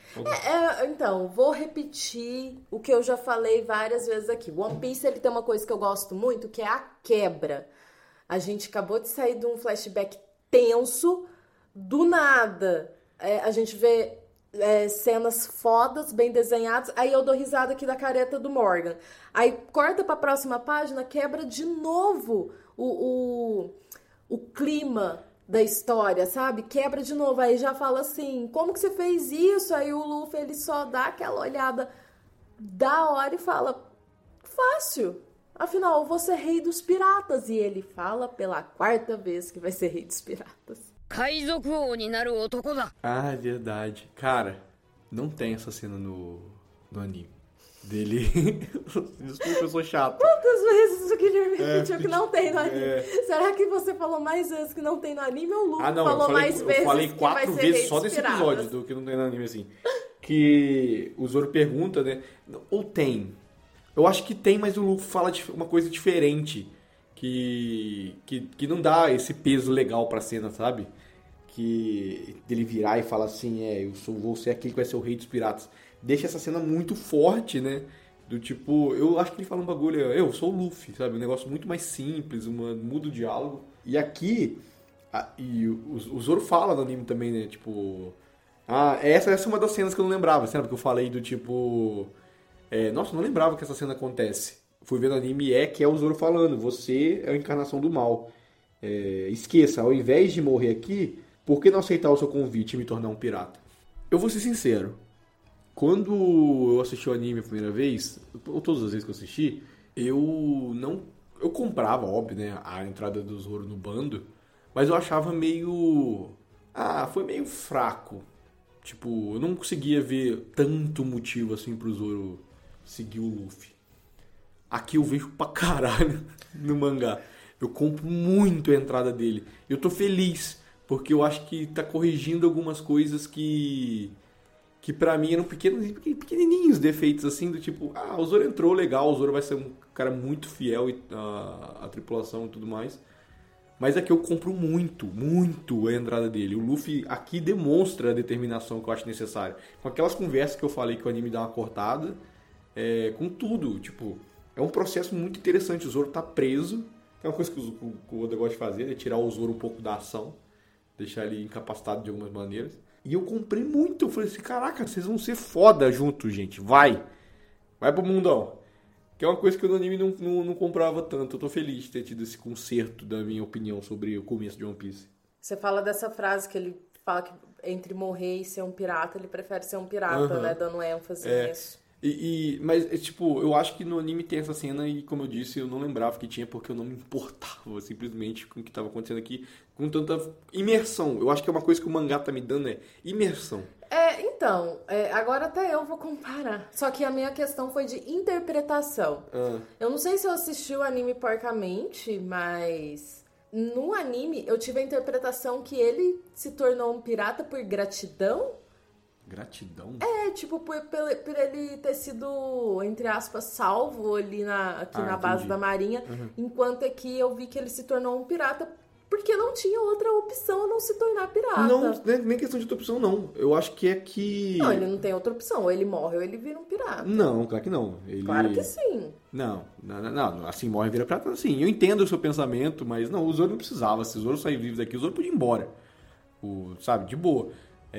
É, é, então, vou repetir o que eu já falei várias vezes aqui. One Piece, ele tem uma coisa que eu gosto muito, que é a quebra. A gente acabou de sair de um flashback tenso, do nada. É, a gente vê é, cenas fodas, bem desenhadas, aí eu dou risada aqui da careta do Morgan. Aí corta pra próxima página, quebra de novo o, o, o clima da história, sabe? Quebra de novo, aí já fala assim, como que você fez isso? Aí o Luffy, ele só dá aquela olhada da hora e fala, fácil, afinal, eu vou ser rei dos piratas. E ele fala pela quarta vez que vai ser rei dos piratas. Ah, é verdade. Cara, não tem essa cena no, no anime. Dele... Desculpa, eu sou chato. Quantas vezes o Guilherme repetiu É, que não tem no anime? é. Será que você falou mais vezes que não tem no anime ou o Luffy Ah, não, falou eu falei, mais eu vezes falei que quatro vai ser vezes rei só dos nesse piratas? episódio do que não tem no anime, assim. Que o Zoro pergunta, né? Ou tem. Eu acho que tem, mas o Luffy fala uma coisa diferente. Que, que, que não dá esse peso legal pra cena, sabe? Que ele virar e falar assim, é, eu sou, vou ser aquele que vai ser o rei dos piratas. Deixa essa cena muito forte, né? Do tipo, eu acho que ele fala um bagulho, eu sou o Luffy, sabe? Um negócio muito mais simples, uma, muda o diálogo. E aqui, a, e o, o Zoro fala no anime também, né? Tipo, ah, essa, essa é uma das cenas que eu não lembrava, sabe? Porque eu falei do tipo, é, nossa, eu não lembrava que essa cena acontece. fui ver no anime é que é o Zoro falando, você é a encarnação do mal. É, esqueça, ao invés de morrer aqui, por que não aceitar o seu convite e me tornar um pirata? Eu vou ser sincero, quando eu assisti o anime a primeira vez, ou todas as vezes que eu assisti, eu não... Eu comprava, óbvio, né, a entrada do Zoro no bando, mas eu achava meio... Ah, foi meio fraco. Tipo, eu não conseguia ver tanto motivo assim pro Zoro seguir o Luffy. Aqui eu vejo pra caralho no mangá. Eu compro muito a entrada dele. Eu tô feliz, porque eu acho que tá corrigindo algumas coisas que... que pra mim eram pequenos, pequenininhos defeitos, assim, do tipo, ah, o Zoro entrou, legal, o Zoro vai ser um cara muito fiel à, à tripulação e tudo mais. Mas aqui eu compro muito, muito a entrada dele. O Luffy aqui demonstra a determinação que eu acho necessária. Com aquelas conversas que eu falei que o anime dá uma cortada, é, com tudo, tipo, é um processo muito interessante. O Zoro tá preso, que é uma coisa que o, o Oda gosta de fazer, é tirar o Zoro um pouco da ação, deixar ele incapacitado de algumas maneiras. E eu comprei muito. Eu falei assim, caraca, vocês vão ser foda juntos, gente. Vai. Vai pro mundão. Que é uma coisa que eu no anime não, não, não comprava tanto. Eu tô feliz de ter tido esse conserto da minha opinião sobre o começo de One Piece. Você fala dessa frase que ele fala que entre morrer e ser um pirata, ele prefere ser um pirata, Uhum. né? Dando ênfase É. nisso. E, e, mas, é, tipo, eu acho que no anime tem essa cena e, como eu disse, eu não lembrava que tinha porque eu não me importava simplesmente com o que estava acontecendo aqui, com tanta imersão. Eu acho que é uma coisa que o mangá tá me dando, é imersão. É, então, é, agora até eu vou comparar. Só que a minha questão foi de interpretação. Ah. Eu não sei se eu assisti o anime porcamente, mas no anime eu tive a interpretação que ele se tornou um pirata por gratidão. Gratidão? É, tipo, por, por, por ele ter sido, entre aspas, salvo ali na, aqui Ah, na base entendi. da marinha, Uhum. enquanto aqui eu vi que ele se tornou um pirata porque não tinha outra opção a não se tornar pirata. Não, nem nem questão de outra opção, não. Eu acho que é que... Não, ele não tem outra opção. Ou ele morre ou ele vira um pirata. Não, claro que não. Ele... Claro que sim. Não, não, não, não, assim, morre e vira prata, assim, eu entendo o seu pensamento, mas não, o Zoro não precisava, se o Zoro sair vivo daqui, o Zoro podia ir embora, o, sabe, de boa,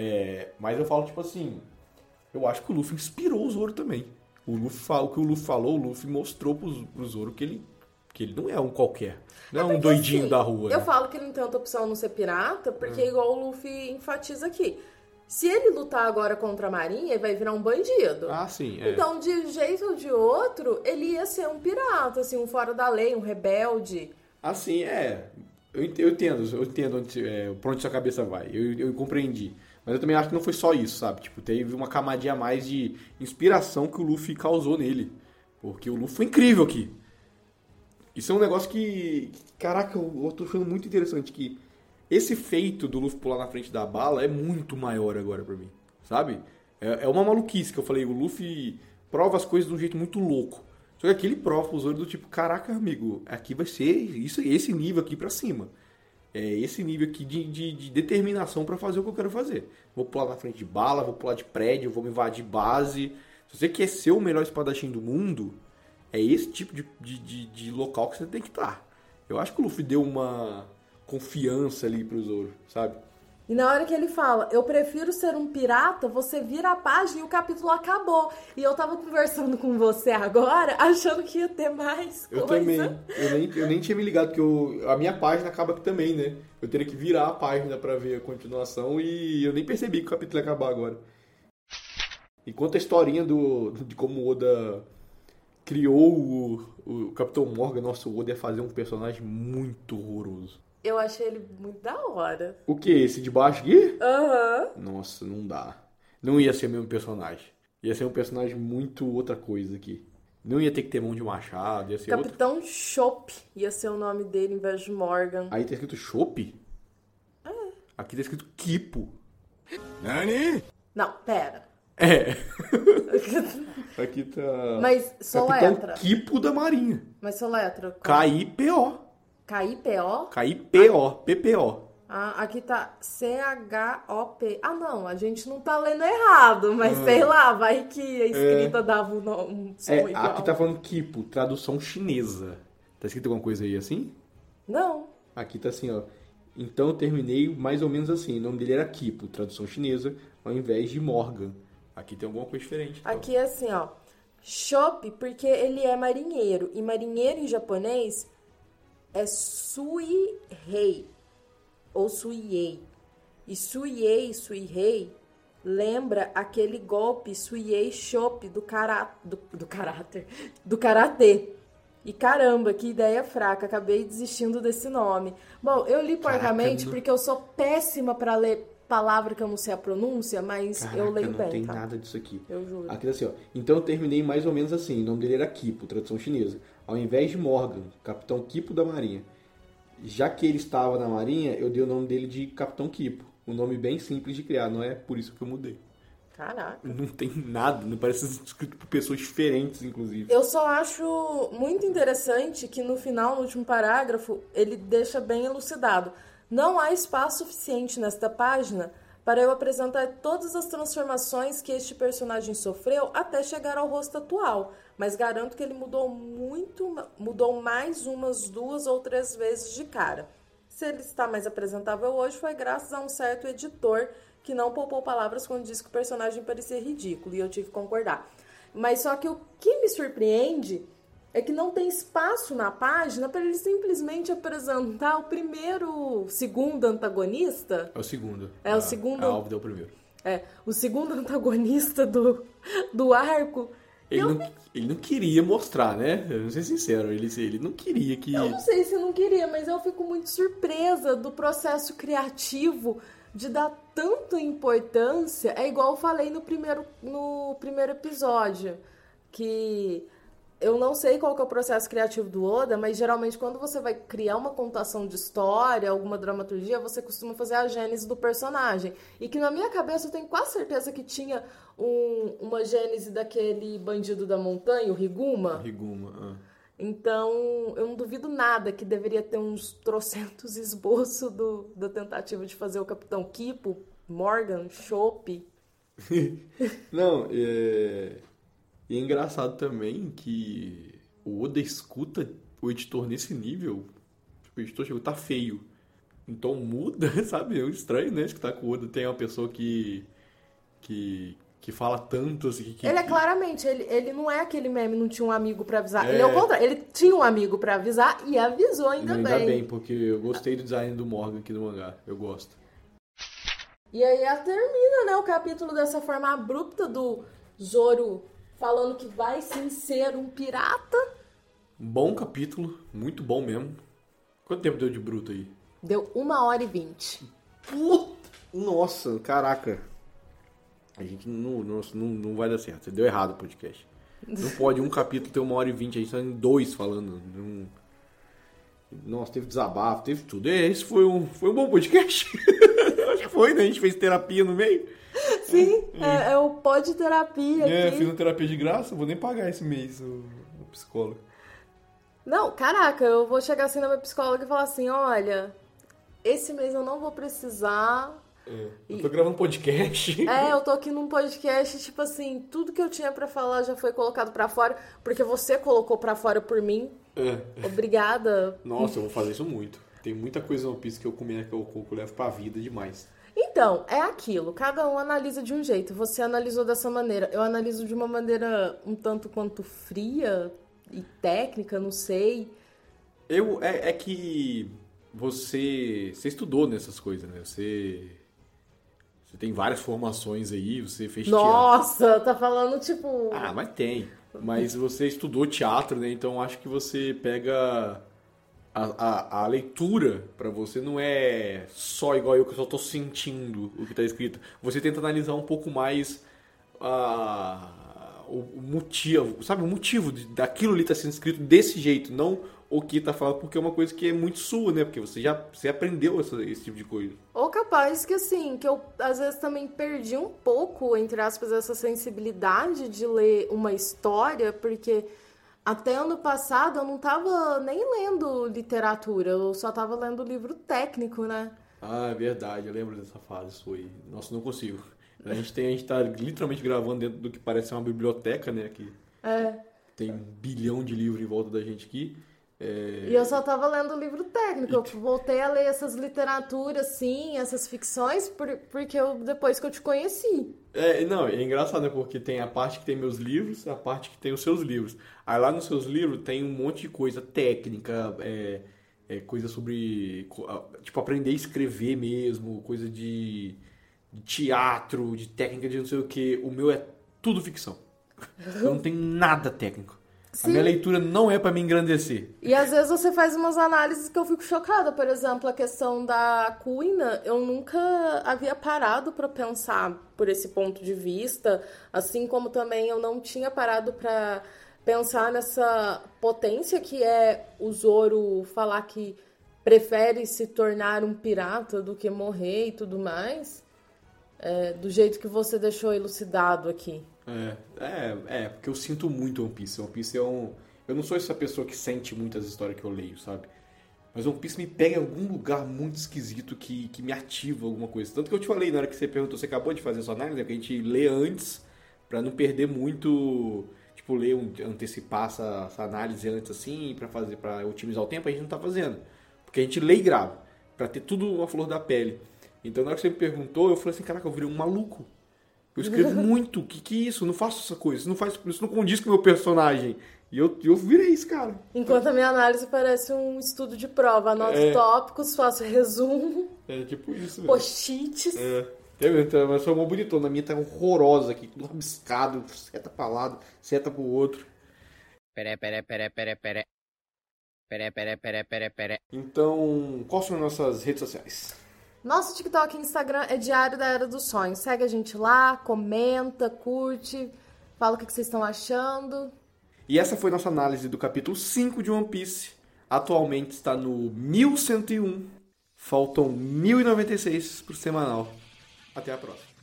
é, mas eu falo, tipo assim, eu acho que o Luffy inspirou o Zoro também, o Luffy fala, o que o Luffy falou, o Luffy mostrou pro, pro Zoro que ele, que ele não é um qualquer, não é, um porque, doidinho assim, da rua, Eu né? falo que ele não tem outra opção a não ser pirata, porque igual o Luffy enfatiza aqui. Se ele lutar agora contra a marinha, ele vai virar um bandido. Ah, sim, é. Então, de um jeito ou de outro, ele ia ser um pirata, assim, um fora da lei, um rebelde. Assim, é. Eu ent- eu entendo, eu entendo onde, é, pra onde sua cabeça vai. Eu, eu compreendi. Mas eu também acho que não foi só isso, sabe? Tipo, teve uma camadinha a mais de inspiração que o Luffy causou nele. Porque o Luffy foi incrível aqui. Isso é um negócio que... que, Caraca, eu, eu tô achando muito interessante que esse feito do Luffy pular na frente da bala é muito maior agora pra mim, sabe? É, é uma maluquice que eu falei, o Luffy prova as coisas de um jeito muito louco. Só que aqui ele prova pro Zoro do tipo, caraca, amigo, aqui vai ser isso, esse nível aqui pra cima. É esse nível aqui de, de, de determinação pra fazer o que eu quero fazer. Vou pular na frente de bala, vou pular de prédio, vou me invadir base. Se você quer ser o melhor espadachim do mundo, é esse tipo de, de, de, de local que você tem que estar. Eu acho que o Luffy deu uma confiança ali pro Zoro, sabe? E na hora que ele fala, eu prefiro ser um pirata, você vira a página e o capítulo acabou. E eu tava conversando com você agora, achando que ia ter mais Eu coisa. também. Eu nem, eu nem tinha me ligado, porque eu, a minha página acaba aqui também, né? Eu teria que virar a página pra ver a continuação e eu nem percebi que o capítulo ia acabar agora. Enquanto a historinha do, de como o Oda criou o, o Capitão Morgan, nossa, o Oda ia fazer um personagem muito horroroso. Eu achei ele muito da hora. O que? Esse de baixo aqui? Aham. Nossa, não dá. Não ia ser o mesmo personagem. Ia ser um personagem muito outra coisa aqui. Não ia ter que ter mão de machado, ia ser outra... Capitão Chop ia ser o nome dele em vez de Morgan. Aí tá escrito Chopp? Aqui tá escrito Kipo. Não, pera. É. Aqui tá... Mas soletra. Capitão Kipo da Marinha. Mas soletra. K I P O. K I P O? K I P O. P P O. Ah, aqui tá C H O P. Ah, não, a gente não tá lendo errado, mas sei lá, vai que a escrita dava um, no- um som É, igual. aqui tá falando Kipo, tradução chinesa. Tá escrito alguma coisa aí assim? Não. Aqui tá assim, ó. Então eu terminei mais ou menos assim. O nome dele era Kipo, tradução chinesa, ao invés de Morgan. Aqui tem alguma coisa diferente. Então. Aqui é assim, ó. Shoppy porque ele é marinheiro. E marinheiro em japonês é suihei. Ou suiei. E suiei, suihei lembra aquele golpe suiei shoppy do, kará, do, do caráter, do karatê. E caramba, que ideia fraca, acabei desistindo desse nome. Bom, eu li porcamente Caraca, porque eu sou péssima pra ler palavra que eu não sei a pronúncia, mas Caraca, eu leio não bem, tem tá? nada disso aqui. Eu juro. Aqui tá assim, ó. Então eu terminei mais ou menos assim. O nome dele era Kipo, tradução chinesa. Ao invés de Morgan, Capitão Kipo da Marinha. Já que ele estava na Marinha, eu dei o nome dele de Capitão Kipo. Um nome bem simples de criar, não é por isso que eu mudei. Caraca. Não tem nada, não parece escrito por pessoas diferentes, inclusive. Eu só acho muito interessante que no final, no último parágrafo, ele deixa bem elucidado. Não há espaço suficiente nesta página para eu apresentar todas as transformações que este personagem sofreu até chegar ao rosto atual, mas garanto que ele mudou muito, mudou mais umas duas ou três vezes de cara. Se ele está mais apresentável hoje, foi graças a um certo editor que não poupou palavras quando disse que o personagem parecia ridículo, e eu tive que concordar. Mas só que o que me surpreende é que não tem espaço na página para ele simplesmente apresentar o primeiro, segundo antagonista. É o segundo. É o segundo. A Alvo deu o primeiro. É, o segundo antagonista do, do arco. Ele, eu, não, ele não queria mostrar, né? Eu vou ser sincero, ele, ele não queria que... eu não sei se não queria, mas eu fico muito surpresa do processo criativo de dar tanta importância. É igual eu falei no primeiro, no primeiro episódio, que eu não sei qual que é o processo criativo do Oda, mas geralmente quando você vai criar uma contação de história, alguma dramaturgia, você costuma fazer a gênese do personagem. E que na minha cabeça eu tenho quase certeza que tinha um, uma gênese daquele bandido da montanha, o Riguma. Riguma, ah. Então, eu não duvido nada que deveria ter uns trocentos esboços do, da tentativa de fazer o Capitão Kipo, Morgan, Shoppy. Não, é... E é engraçado também que o Oda escuta o editor nesse nível. Tipo, o editor chegou, tá feio. Então muda, sabe? É estranho, né? Escutar que o Oda tem uma pessoa que... que... que fala tanto assim. Que, ele é que... claramente, ele, ele não é aquele meme, não tinha um amigo pra avisar. É... Ele é o contrário, ele tinha um amigo pra avisar e avisou ainda, ainda bem. Ainda bem, porque eu gostei do design do Morgan aqui no mangá. Eu gosto. E aí termina, né, o capítulo dessa forma abrupta do Zoro falando que vai sim ser um pirata. Bom capítulo, muito bom mesmo. Quanto tempo deu de bruto aí? Deu uma hora e vinte. Puta! Nossa, caraca. A gente não, nossa, não, não vai dar certo. Você deu errado o podcast. Não pode um capítulo ter uma hora e vinte. A gente tá em dois falando. Não... Nossa, teve desabafo, teve tudo. Esse foi um, foi um bom podcast. Acho que foi, né? A gente fez terapia no meio. Sim, é, é o pod terapia aqui. É, fiz uma terapia de graça. Vou nem pagar esse mês o, o psicólogo. Não, caraca, eu vou chegar assim na minha psicóloga e falar assim, olha, esse mês eu não vou precisar... É, eu tô gravando podcast. É, eu tô aqui num podcast, tipo assim, tudo que eu tinha pra falar já foi colocado pra fora, porque você colocou pra fora por mim. É. Obrigada. Nossa, eu vou fazer isso muito. Tem muita coisa no piso que eu comi, que eu, que eu levo pra vida demais. Então, é aquilo, cada um analisa de um jeito. Você analisou dessa maneira, eu analiso de uma maneira um tanto quanto fria e técnica, não sei. Eu, é, é que você, você estudou nessas coisas, né? Você... Você tem várias formações aí, você fez teatro. Nossa, tá falando tipo... Ah, mas tem. Mas você estudou teatro, né? Então acho que você pega... A, a, a leitura pra você não é só igual eu, que eu só tô sentindo o que tá escrito. Você tenta analisar um pouco mais a, o, o motivo, sabe? O motivo de, daquilo ali tá sendo escrito desse jeito, não o que tá falando, porque é uma coisa que é muito sua, né? Porque você já você aprendeu essa, esse tipo de coisa. Ou capaz que assim, que eu às vezes também perdi um pouco, entre aspas, essa sensibilidade de ler uma história, porque até ano passado eu não tava nem lendo literatura, eu só tava lendo livro técnico, né? Ah, é verdade, eu lembro dessa fase sua aí. Nossa, não consigo. A gente, tem, a gente tá literalmente gravando dentro do que parece uma biblioteca, né? Que é. Tem um bilhão de livros em volta da gente aqui. E eu só tava lendo o livro técnico. Eu voltei a ler essas literaturas, sim, essas ficções, por, porque eu, depois que eu te conheci. É, não, é engraçado, né? Porque tem a parte que tem meus livros, a parte que tem os seus livros. Aí lá nos seus livros tem um monte de coisa técnica, é, é, coisa sobre, tipo, aprender a escrever mesmo, coisa de, de teatro, de técnica de não sei o que. O meu é tudo ficção. Eu não tenho nada técnico. Sim. A minha leitura não é pra me engrandecer. E às vezes você faz umas análises que eu fico chocada. Por exemplo, a questão da Cuina, eu nunca havia parado pra pensar por esse ponto de vista. Assim como também eu não tinha parado pra pensar nessa potência que é o Zoro falar que prefere se tornar um pirata do que morrer e tudo mais. É, do jeito que você deixou elucidado aqui. É, é, é, porque eu sinto muito One Piece. One Piece é um... Eu não sou essa pessoa que sente muitas histórias que eu leio, sabe? Mas One Piece me pega em algum lugar muito esquisito que, que me ativa alguma coisa. Tanto que eu te falei na hora que você perguntou, você acabou de fazer sua análise, né? Que a gente lê antes pra não perder muito... Tipo, ler, um, antecipar essa, essa análise antes assim, pra, fazer, pra otimizar o tempo, a gente não tá fazendo. Porque a gente lê e grava, pra ter tudo a flor da pele. Então na hora que você me perguntou, eu falei assim, caraca, eu virei um maluco. Eu escrevo muito, o que que é isso? Eu não faço essa coisa, isso não, faz, isso não condiz com o meu personagem. E eu, eu virei isso, cara. Enquanto a minha análise parece um estudo de prova. Anoto é. tópicos, faço resumo. É tipo isso mesmo. Post-its. É. Então, mas foi uma bonitona. A minha tá horrorosa aqui, tudo rabiscado, seta pra lado, seta pro outro. Pere, pere, pere, pere, pere. Pere, pere, pere, pere, pere. Então, quais são as nossas redes sociais? Nosso TikTok e Instagram é Diário da Era dos Sonhos. Segue a gente lá, comenta, curte, fala o que vocês estão achando. E essa foi nossa análise do capítulo cinco de One Piece. Atualmente está no mil cento e um. Faltam mil e noventa e seis pro semanal. Até a próxima.